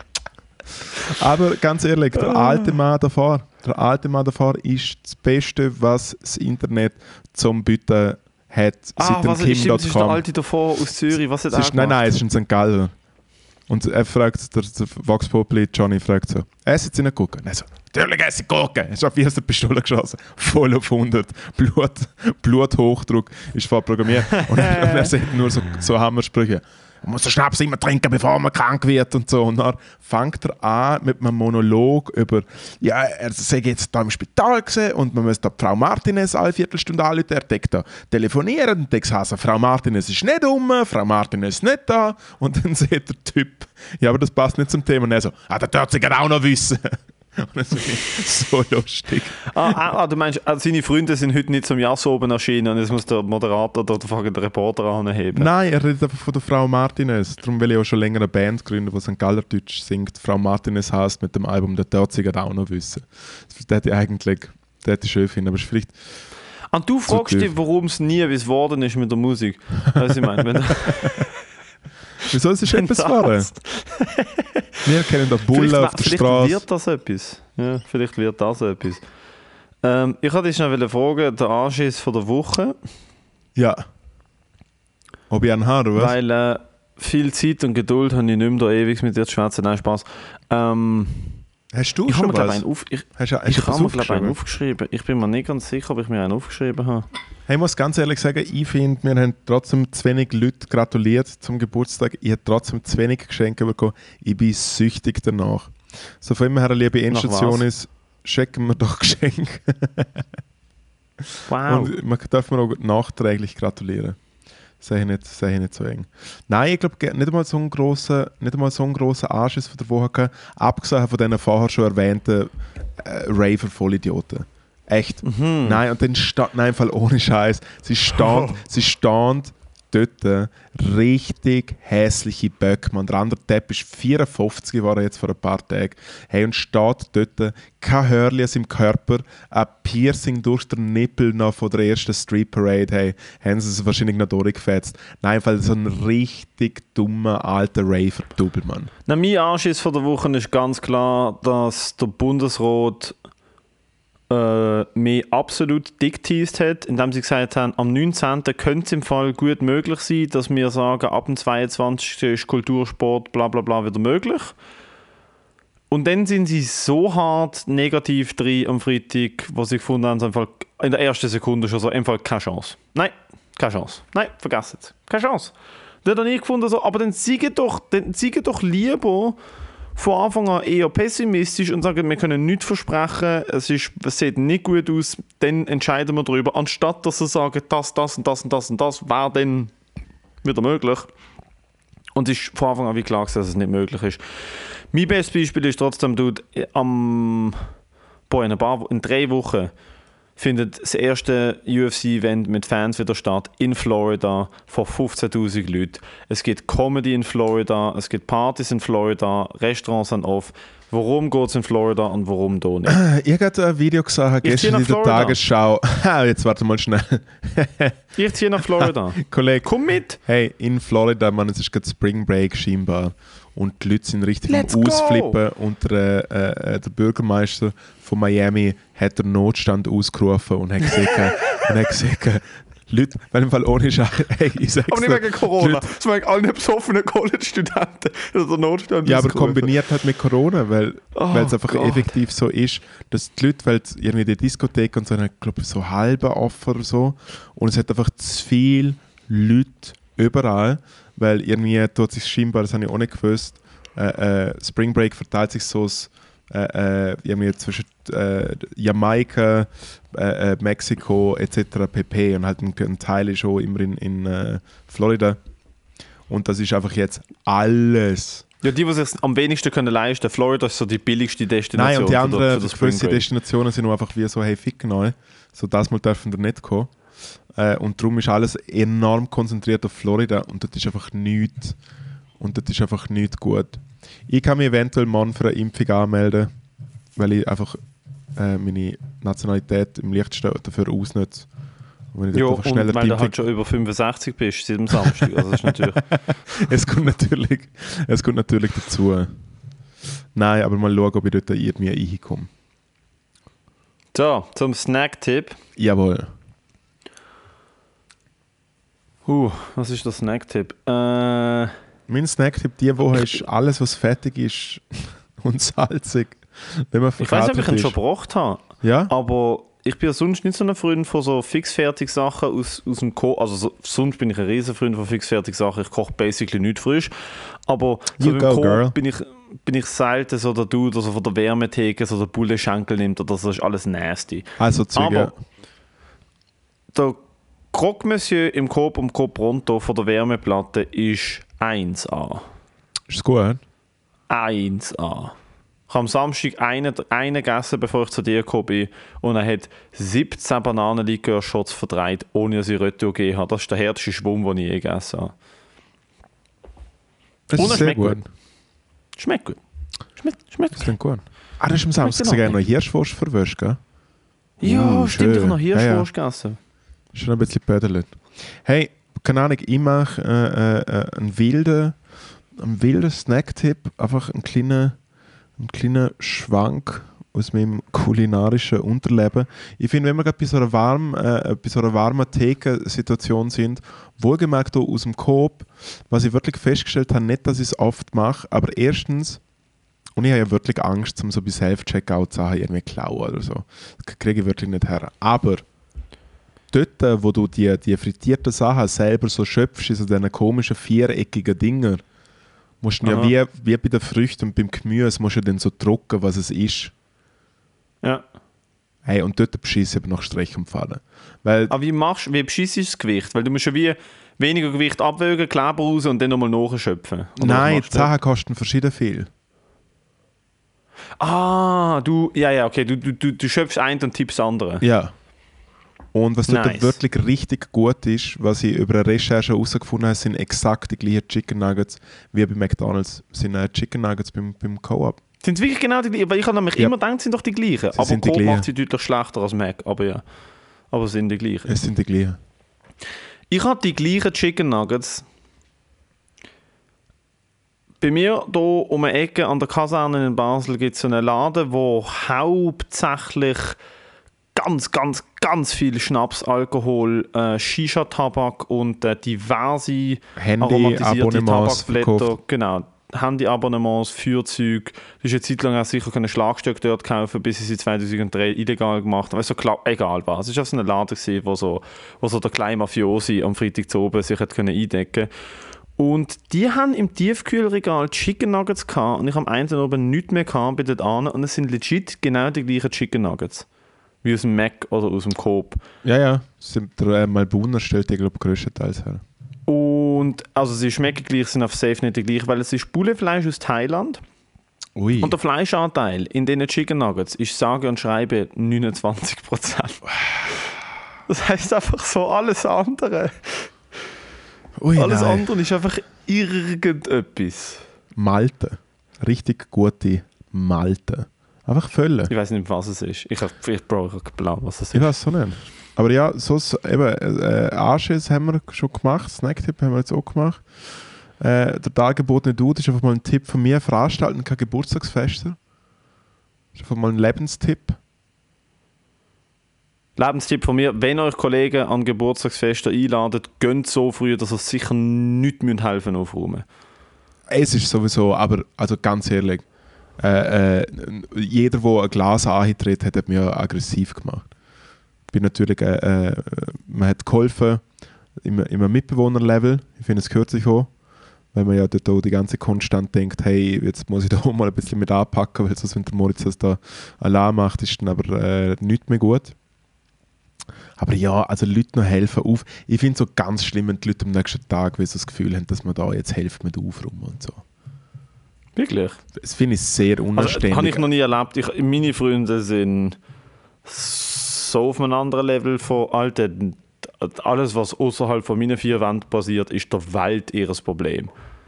Aber ganz ehrlich, der alte Mann davor, der alte Mann davor ist das Beste, was das Internet zum Bieten hat, ah, seit dem Kim Punkt com. Das ist der alte davor aus Zürich. Was hat er ist, Nein, nein, es ist ein Sankt Galler. Und er fragt, der, der Vox Populi Johnny fragt so, essen Sie nicht Gurken? Nein, so, Natürlich esse ich Gurken. Er ist auf vierzig Pistolen geschossen. Voll auf hundert. Blut, Bluthochdruck ist vorprogrammiert. Und er, und er sagt nur so, so Hammersprüche. Man muss den Schnaps immer trinken, bevor man krank wird und so. Und dann fängt er an mit einem Monolog über, ja, er sei jetzt da im Spital gewesen und man muss da Frau Martinez alle Viertelstunde anrufen, er denkt da telefonieren und denkt, also, Frau Martinez ist nicht um, Frau Martinez ist nicht da. Und dann sagt der Typ, ja, aber das passt nicht zum Thema. Und er so, ah, das dürft ihr auch noch wissen. Und das finde ich so lustig. Ah, ah, du meinst, also seine Freunde sind heute nicht zum Jass oben erschienen und jetzt muss der Moderator oder der, der Reporter anheben. Nein, er redet einfach von der Frau Martinez. Darum will ich auch schon länger eine Band gründen, die Sankt Gallerdeutsch singt. Frau Martinez heißt mit dem Album «Der Dörziger auch noch wissen». Das hätte ich eigentlich das hätte ich schön finden, aber es ist vielleicht... Und du fragst dich, warum es nie wie es geworden ist mit der Musik. Weißt du, ich meine, wenn Wieso ist es etwas geworden? Wir kennen da Bullen auf der vielleicht Straße. Vielleicht wird das etwas. Ja, vielleicht wird das etwas. Ähm, ich wollte dich schnell fragen, der Anschiss von der Woche. Ja. Ob ich einen habe, oder was? Weil äh, viel Zeit und Geduld habe ich nicht mehr da ewig mit dir zu schwätzen. Nein, Spaß. Ähm, Hast du ich schon habe mir, was? einen auf, ich, hast du, hast ich du habe mir, glaube aufgeschrieben? einen aufgeschrieben. Ich bin mir nicht ganz sicher, ob ich mir einen aufgeschrieben habe. Hey, ich muss ganz ehrlich sagen, ich finde, wir haben trotzdem zu wenig Leute gratuliert zum Geburtstag. Ich habe trotzdem zu wenig Geschenke bekommen. Ich bin süchtig danach. So von immer her, liebe Endstation ist, schenken wir doch Geschenke. Wow. Und man darf mir auch nachträglich gratulieren. Sehe ich nicht, sehe ich nicht so eng. Nein, ich glaube, nicht einmal so einen grossen, nicht einmal so einen grossen Anschiss von der Woche gehabt, abgesehen von diesen vorher schon erwähnten äh, Raver-Vollidioten. Echt. Mhm. Nein, und dann stand, nein, im Fall ohne Scheiß. Sie stand, oh. sie stand dort richtig hässliche Böcke. Man, der andere Depp ist vierundfünfzig geworden jetzt vor ein paar Tagen. Hey, und steht dort, kein Hörli im Körper, ein Piercing durch den Nippel noch von der ersten Street Parade. Hey, haben sie es wahrscheinlich noch durchgefetzt. Nein, weil so ein richtig dummer alter Raver-Double, Na, mein Anschiss von der Woche ist ganz klar, dass der Bundesrat äh, mich absolut dickteased hat, indem sie gesagt haben, am neunzehnten könnte es im Fall gut möglich sein, dass wir sagen, ab dem zweiundzwanzigsten ist Kultursport bla bla bla wieder möglich. Und dann sind sie so hart negativ drin am Freitag, wo sie gefunden haben, im Fall in der ersten Sekunde schon so, im Fall keine Chance. Nein, keine Chance. Nein, vergesst es. Keine Chance. Dann habe ich gefunden, so, aber dann siege doch, dann siege doch lieber von Anfang an eher pessimistisch und sagen, wir können nichts versprechen, es, ist, es sieht nicht gut aus, dann entscheiden wir darüber, anstatt dass sie sagen, das, das und das und das und das wäre dann wieder möglich. Und es ist von Anfang an wie klar, dass es nicht möglich ist. Mein bestes Beispiel ist trotzdem, dude, am, boah, in, ein paar, in drei Wochen findet das erste U F C-Event mit Fans wieder statt in Florida vor fünfzehntausend Leuten. Es gibt Comedy in Florida, es gibt Partys in Florida, Restaurants sind off. Warum geht es in Florida und warum da nicht? Ich habe ein Video gesehen gestern in der Tagesschau. Jetzt warte mal schnell. Ich ziehe nach Florida. Kollege, komm mit! Hey, in Florida, man, es ist gerade Spring Break scheinbar. Und die Leute sind richtig Let's am Ausflippen. go. Und der, äh, der Bürgermeister von Miami hat den Notstand ausgerufen und hat gesagt, und hat gesagt Leute, weil im Fall ohne Scheiß, hey, ich sag's aber nicht wegen Corona, es wegen allen besoffenen College-Studenten, also der Notstand. Ja, aber kombiniert halt mit Corona, weil oh es einfach Gott. effektiv so ist, dass die Leute, weil irgendwie die Diskothek und so, ich glaube so halbe offen oder so, und es hat einfach zu viele Leute überall, weil irgendwie tut sich scheinbar, das habe ich auch nicht gewusst, äh, äh, Spring Break verteilt sich so äh, äh, irgendwie zwischen äh, Jamaika, äh, äh, Mexiko et cetera pp. Und halt ein, ein Teil ist auch immer in, in äh, Florida. Und das ist einfach jetzt alles. Ja, die, die sich am wenigsten können leisten können. Florida ist so die billigste Destination. Nein, und die anderen für das gewisse Destinationen sind einfach wie so, hey, fick neu. So, das mal dürfen wir nicht kommen. Äh, und darum ist alles enorm konzentriert auf Florida. Und das ist einfach nichts. Und das ist einfach nicht gut. Ich kann mich eventuell morgen für eine Impfung anmelden, weil ich einfach äh, meine Nationalität im Licht dafür ausnutze. Und ja, und weil Impfung... du halt schon über fünfundsechzig bist seit dem Samstag. Also das ist natürlich... es, kommt natürlich, es kommt natürlich dazu. Nein, aber mal schauen, ob ich dort irgendwie reinkomme. So, zum Snack-Tipp. Jawohl. Huh, was ist der Snack-Tipp? Äh... Mein Snack-Tipp diese Woche ist alles, was fertig ist und salzig. wenn man Ich weiß nicht, ob ich ihn ist. schon gebracht habe, Ja? aber ich bin ja sonst nicht so ein Freund von so fixfertig Sachen aus, aus dem Koch. Also so, sonst bin ich ein riesen Freund von fixfertig Sachen. Ich koche basically nicht frisch. Aber so You beim go, Koch girl. bin ich, bin ich selten so der Dude, der so von der Wärmetheke so den Bullenschenkel nimmt oder so. Das ist alles nasty. Also Zeug, ja. Aber der Croque Monsieur im Coop und Coop Pronto von der Wärmeplatte ist eins A. Ist es gut? eins A. Ich habe am Samstag einen, einen gegessen, bevor ich zu dir gekommen bin. Und er hat siebzehn Bananenlikör-Shots verdreht, ohne dass ich Retour gegeben habe. Das ist der härteste Schwung, den ich je gegessen habe. Das Und ist er sehr schmeckt gut. gut. Schmeckt gut. Schmeckt, schmeckt Das ist dann gut. Ah, das ist am Samstag in sogar Ordnung. noch Hirschwurst verwöscht, gell? Ja, Uh, stimmt, ich schön. habe noch Hirschwurst Ja, ja. gegessen. Schon ein bisschen bödelt. Hey, keine Ahnung, ich mache äh, äh, einen wilden, einen wilden Snack-Tipp. Einfach einen kleinen, einen kleinen Schwank aus meinem kulinarischen Unterleben. Ich finde, wenn wir gerade bei so einer warmen, äh, bei so einer warmen Theke-Situation sind, wohlgemerkt auch aus dem Coop, was ich wirklich festgestellt habe, nicht, dass ich es oft mache, aber erstens, und ich habe ja wirklich Angst, um so bei Self-Checkout-Sachen irgendwie klauen oder so. Das kriege ich wirklich nicht her. Aber dort, wo du die, die frittierten Sachen selber so schöpfst, in so diesen komischen viereckigen Dinger, musst du ja Aha. wie, wie bei den Früchten und beim Gemüse musst du dann so drucken, was es ist. Ja. Hey, und dort beschiss ich aber nach Strich und Fallen. Weil, Aber wie machst wie beschissst du das Gewicht? Weil du musst ja wie weniger Gewicht abwägen, Kleber raus und dann nochmal nachschöpfen. Oder was nein, die machst du? Sachen kosten verschieden viel. Ah, du, ja, ja, okay, du, du, du, du schöpfst einen und tippst das andere. Ja. Und was dort Nice. wirklich richtig gut ist, was ich über eine Recherche herausgefunden habe, sind exakt die gleichen Chicken Nuggets wie bei McDonald's. Sind äh, Chicken Nuggets beim, beim Co-op. Sind es wirklich genau die gleichen? Weil ich habe nämlich Ja. immer gedacht, es sind doch die gleichen. Sie aber sind die Coop gleichen. macht sie deutlich schlechter als Mac. Aber ja, aber es sind die gleichen. Es sind die gleichen. Ich habe die gleichen Chicken Nuggets. Bei mir hier um eine Ecke an der Kaserne in Basel gibt es einen Laden, wo hauptsächlich ganz, ganz, ganz viel Schnaps, Alkohol, äh, Shisha-Tabak und äh, diverse aromatisierte Handy-Abonnements Tabakblätter, verkauft. genau, Handy-Abonnements, Feuerzeuge. Du hast eine Zeit lang auch sicher keine Schlagstöcke dort kaufen, bis sie sie zweitausenddrei illegal gemacht haben. Weißt du, so klar, egal was. Es war so ein Laden, gewesen, wo so, wo so der kleine Mafiosi am Freitag zu oben sich hat können eindecken konnte. Und die haben im Tiefkühlregal Chicken Nuggets gehabt und ich habe eins oben nichts mehr gehabt bei dort an und es sind legit genau die gleichen Chicken Nuggets. Wie aus dem Mac oder aus dem Coop. Ja, ja. Sind der äh, Malbuner stellt die, glaube ich, größtenteils her. Und also sie schmecken gleich, sind auf safe nicht die gleich, weil es ist Bullefleisch aus Thailand. Ui. Und der Fleischanteil in diesen Chicken Nuggets ist sage und schreibe neunundzwanzig Prozent. Das heisst einfach so, alles andere. Ui, Alles nein. andere ist einfach irgendetwas. Malte. Richtig gute Malte. Einfach Völle. Ich weiß nicht, was es ist. Ich habe ich brauche keinen Plan, was es Ich ist. weiß so nicht. Aber ja, so eben, äh, Anschiss haben wir schon gemacht, Snacktipp haben wir jetzt auch gemacht. Äh, der dargebotene Dude ist einfach mal ein Tipp von mir, veranstalten keine Geburtstagsfeste. Das ist einfach mal ein Lebenstipp. Lebenstipp von mir, wenn euch Kollegen an Geburtstagsfeste einladen, gönnt so früh, dass ihr sicher nichts müsst helfen aufräumen. Es ist sowieso, aber also ganz ehrlich, äh, äh, jeder, der ein Glas antritt, hat mich ja aggressiv gemacht. Ich bin natürlich, äh, äh, man hat geholfen im, im Mitbewohnerlevel, ich finde es gehört sich auch, weil man ja dort auch die ganze Zeit konstant denkt, hey, jetzt muss ich da auch mal ein bisschen mit anpacken, weil sonst, wenn der Moritz das da allein macht, ist dann aber äh, nichts mehr gut. Aber ja, also Leute noch helfen auf. Ich finde es so ganz schlimm, wenn die Leute am nächsten Tag weil sie das Gefühl haben, dass man da jetzt hilft mit Aufräumen und so. Wirklich? Das finde ich sehr Also, unanständig. habe ich noch nie erlebt. Ich, meine Freunde sind so auf einem anderen Level von Alter. Alles, was außerhalb von meinen vier Wänden passiert, ist der Welt ihres Problem.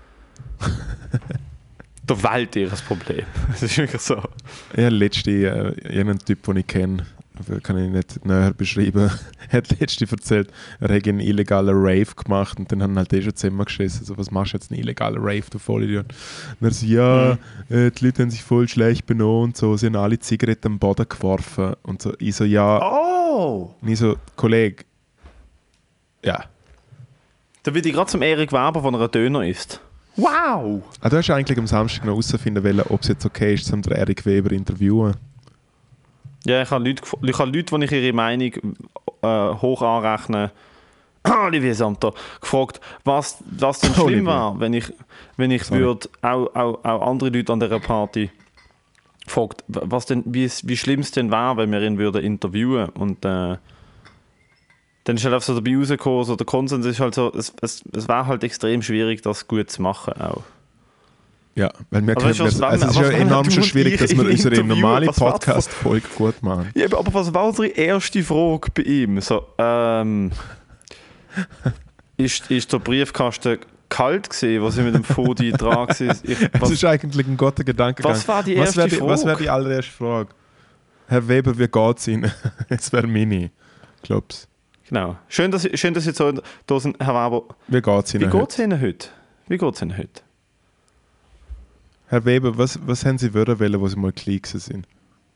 Der Welt ihres Problem. Das ist wirklich so. Ja, letzte, äh, irgendein Typ, den ich kenne, kann ich nicht näher beschreiben, hat letzte erzählt, er hätte einen illegalen Rave gemacht und dann haben halt eh schon Zimmer geschissen. So, was machst du jetzt, einen illegalen Rave, du Vollidiot? Und er so, ja, Mhm. äh, die Leute haben sich voll schlecht benommen und so, sie haben alle Zigaretten am Boden geworfen. Und so, ich so, ja, Oh! und ich so, Kollege, ja, Da würde ich gerade zum Erik Weber, von einer Döner isst. Wow! Ah, du hast eigentlich am Samstag noch herausfinden wollen, ob es jetzt okay ist, um den Erik Weber zu interviewen. Ja, ich habe Leute, gef- ich habe Leute, die ich ihre Meinung äh, hoch anrechnen, Olivier Samter, gefragt, was, was denn schlimm Olivier. war, wenn ich, wenn ich Sorry. würde, auch, auch, auch andere Leute an dieser Party gefragt, was denn, wie, es, wie schlimm es denn war, wenn wir ihn würden interviewen. Und äh, dann ist halt einfach so dabei rausgekommen, so der Konsens ist halt so, es, es, es war halt extrem schwierig, das gut zu machen auch. Ja, weil wir Aber können, weißt du, was wir, also wollen- es ist ja was wollen enorm du schon und schwierig, ich dass wir im unsere Interview? normale Was war- Podcast-Folge gut machen. Ja, aber was war unsere erste Frage bei ihm? So, ähm, ist, ist der Briefkasten kalt gewesen, was ich mit dem Fodi dran war? Ich, Es was, ist eigentlich ein guter Gedankengang. was war die was erste wäre die, was wär Frage? die allererste Frage? Herr Weber, wie geht's Ihnen? Es wäre Mini, glaub's. Genau. Schön, dass, schön, dass Sie so da sind, Herr Weber. Wie geht's Wie Ihnen? geht es Ihnen heute? Wie geht es Ihnen heute? Herr Weber, was, was haben Sie würden wollen, wo Sie mal klein gewesen sind?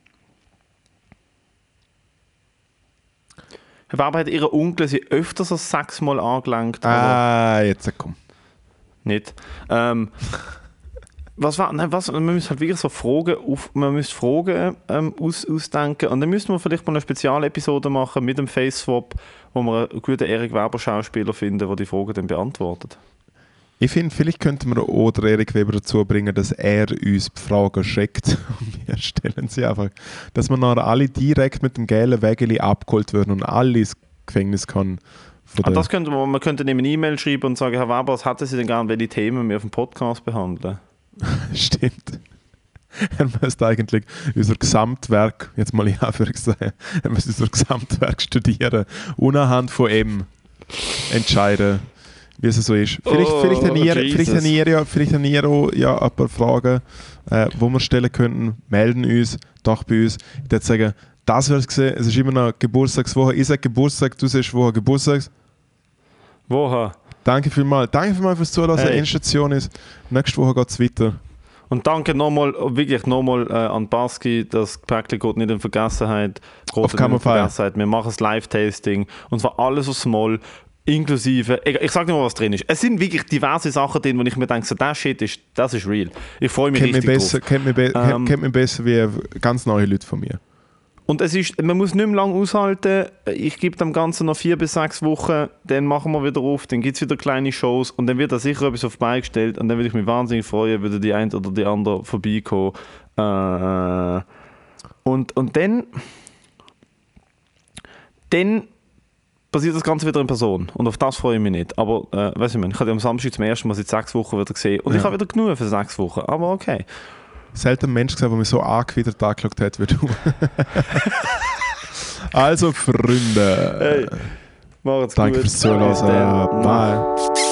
Herr Weber hat Ihren Onkel sie öfters als sechsmal angelangt, aber Ah, jetzt komm. nicht. Ähm, was war, nein, was, man müsste halt wirklich so Fragen, auf, man müsste Fragen ähm, aus, ausdenken und dann müssten wir vielleicht mal eine Spezialepisode machen mit dem Face-Swap, wo wir einen guten Erik Weber-Schauspieler finden, der die Fragen dann beantwortet. Ich finde, vielleicht könnten wir auch den Erik Weber dazu bringen, dass er uns die Fragen schickt. Und wir stellen sie einfach. Dass wir nachher alle direkt mit dem gelben Wägeli abgeholt werden und alle ins Gefängnis kann. Von Ah, der- das könnte man, man könnte ihm eine E-Mail schreiben und sagen, Herr Weber, was hätten Sie denn gerne, welche Themen wir auf dem Podcast behandeln? Stimmt. Er müsste eigentlich unser Gesamtwerk, jetzt mal in Anführungszeichen, er müsste unser Gesamtwerk studieren und anhand von ihm entscheiden, wie es so ist. Vielleicht, Oh, vielleicht, haben ihr, Jesus. vielleicht, haben ihr ja, vielleicht haben ihr auch ja, ein paar Fragen, äh, die wir stellen könnten. Melden uns doch bei uns. Ich würde sagen, das wäre es gesehen. Es ist immer noch Geburtstagswoche. Ich sage Geburtstag, du sagst Woche Geburtstags. Woher? Danke vielmals. Danke vielmals fürs Zuhören. Hey. Endstation ist. Nächste Woche geht es weiter. Und danke nochmal, wirklich nochmal äh, an Baski, das Päckchen geht nicht in Vergessenheit. Geht Auf nicht keinen in Fall. Vergessenheit. Wir machen das Live-Tasting und zwar alles aus Moll, inklusive, ich, ich sag nicht mal, was drin ist. Es sind wirklich diverse Sachen drin, wo ich mir denke, so, das Shit ist, das ist real. Ich freue mich Kennt mich, richtig besser, drauf. kennt, mich be Ähm, kennt mich besser wie ganz neue Leute von mir. Und es ist, man muss nicht mehr lange aushalten. Ich gebe dem Ganzen noch vier bis sechs Wochen, dann machen wir wieder auf, dann gibt es wieder kleine Shows und dann wird da sicher etwas auf die Beine gestellt und dann würde ich mich wahnsinnig freuen, würde die eine oder die andere vorbeikommen. Äh, und, und dann, dann passiert das Ganze wieder in Person und auf das freue ich mich nicht. Aber, äh, weißt du, ich habe am Samstag zum ersten Mal seit sechs Wochen wieder gesehen und Ja. ich habe wieder genug für sechs Wochen, aber okay. Selten ein Mensch gesehen, der mich so angewidert angeschaut hat wie du. Also, Freunde. Hey, macht's Danke gut. fürs Zuhören. Bis dann. Bye.